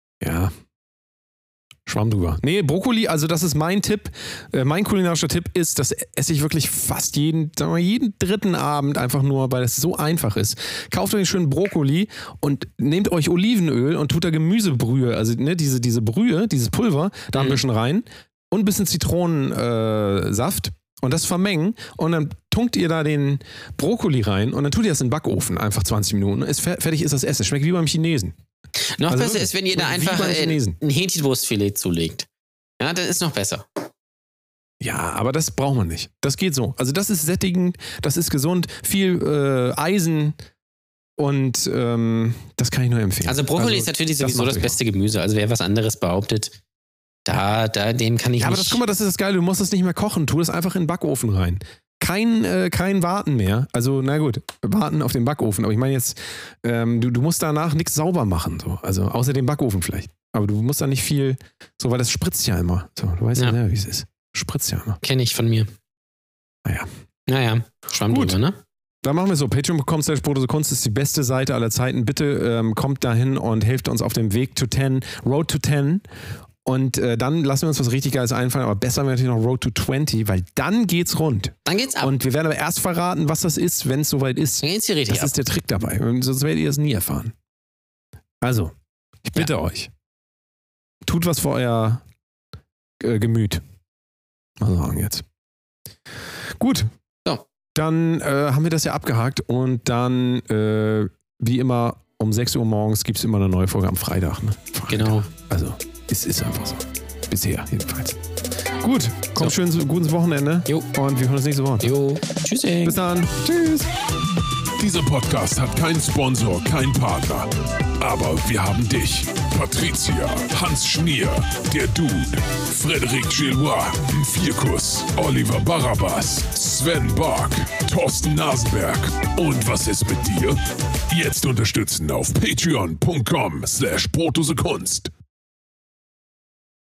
Schwamm drüber. Nee, Brokkoli, also das ist mein Tipp. Mein kulinarischer Tipp ist, das esse ich wirklich fast jeden dritten Abend einfach nur, weil es so einfach ist. Kauft euch einen schönen Brokkoli und nehmt euch Olivenöl und tut da Gemüsebrühe, also ne, diese Brühe, dieses Pulver, da ein bisschen rein und ein bisschen Zitronensaft. Und das vermengen und dann tunkt ihr da den Brokkoli rein und dann tut ihr das in den Backofen, einfach 20 Minuten. Fertig ist das Essen. Schmeckt wie beim Chinesen. Noch also besser wirklich, ist, wenn ihr da einfach ein Hähnchenwurstfilet zulegt. Ja, das ist noch besser. Ja, aber das braucht man nicht. Das geht so. Also das ist sättigend, das ist gesund, viel Eisen und das kann ich nur empfehlen. Also Brokkoli ist natürlich sowieso das beste Gemüse. Also wer was anderes behauptet, dem kann ich nicht. Aber guck mal, das ist das Geile, du musst das nicht mehr kochen, tu das einfach in den Backofen rein. Kein Warten mehr. Also, na gut, warten auf den Backofen. Aber ich meine jetzt, du musst danach nichts sauber machen. So. Also, außer dem Backofen vielleicht. Aber du musst da nicht viel, so, weil das spritzt ja immer. So, du weißt ja, wie es ist. Spritzt ja immer. Kenne ich von mir. Naja, Schwamm drüber, ne? Da machen wir so. Patreon.com/Brotdose-Kunst ist die beste Seite aller Zeiten. Bitte kommt dahin und helft uns auf dem Weg to 10, Road to 10. Und dann lassen wir uns was richtig Geiles einfallen, aber besser wäre natürlich noch Road to 20, weil dann geht's rund. Dann geht's ab. Und wir werden aber erst verraten, was das ist, wenn es soweit ist. Dann geht's hier richtig ab. Das ist der Trick dabei. Sonst werdet ihr es nie erfahren. Also, ich bitte euch, tut was für euer Gemüt. Mal sagen jetzt. Gut. So. dann haben wir das ja abgehakt und dann, wie immer, um 6 Uhr morgens gibt es immer eine neue Folge am Freitag. Ne? Genau. Also, es ist einfach so. Bisher jedenfalls. Gut, kommt schön gutes Wochenende. Jo. Und wir hören uns nächste Woche. Jo. Tschüssi. Bis dann. Tschüss. Dieser Podcast hat keinen Sponsor, keinen Partner. Aber wir haben dich. Patricia, Hans Schnier, der Dude, Frédéric Gillois, Vierkuss, Oliver Barabas, Sven Bark, Thorsten Nasenberg. Und was ist mit dir? Jetzt unterstützen auf patreon.com/Brotdose Kunst.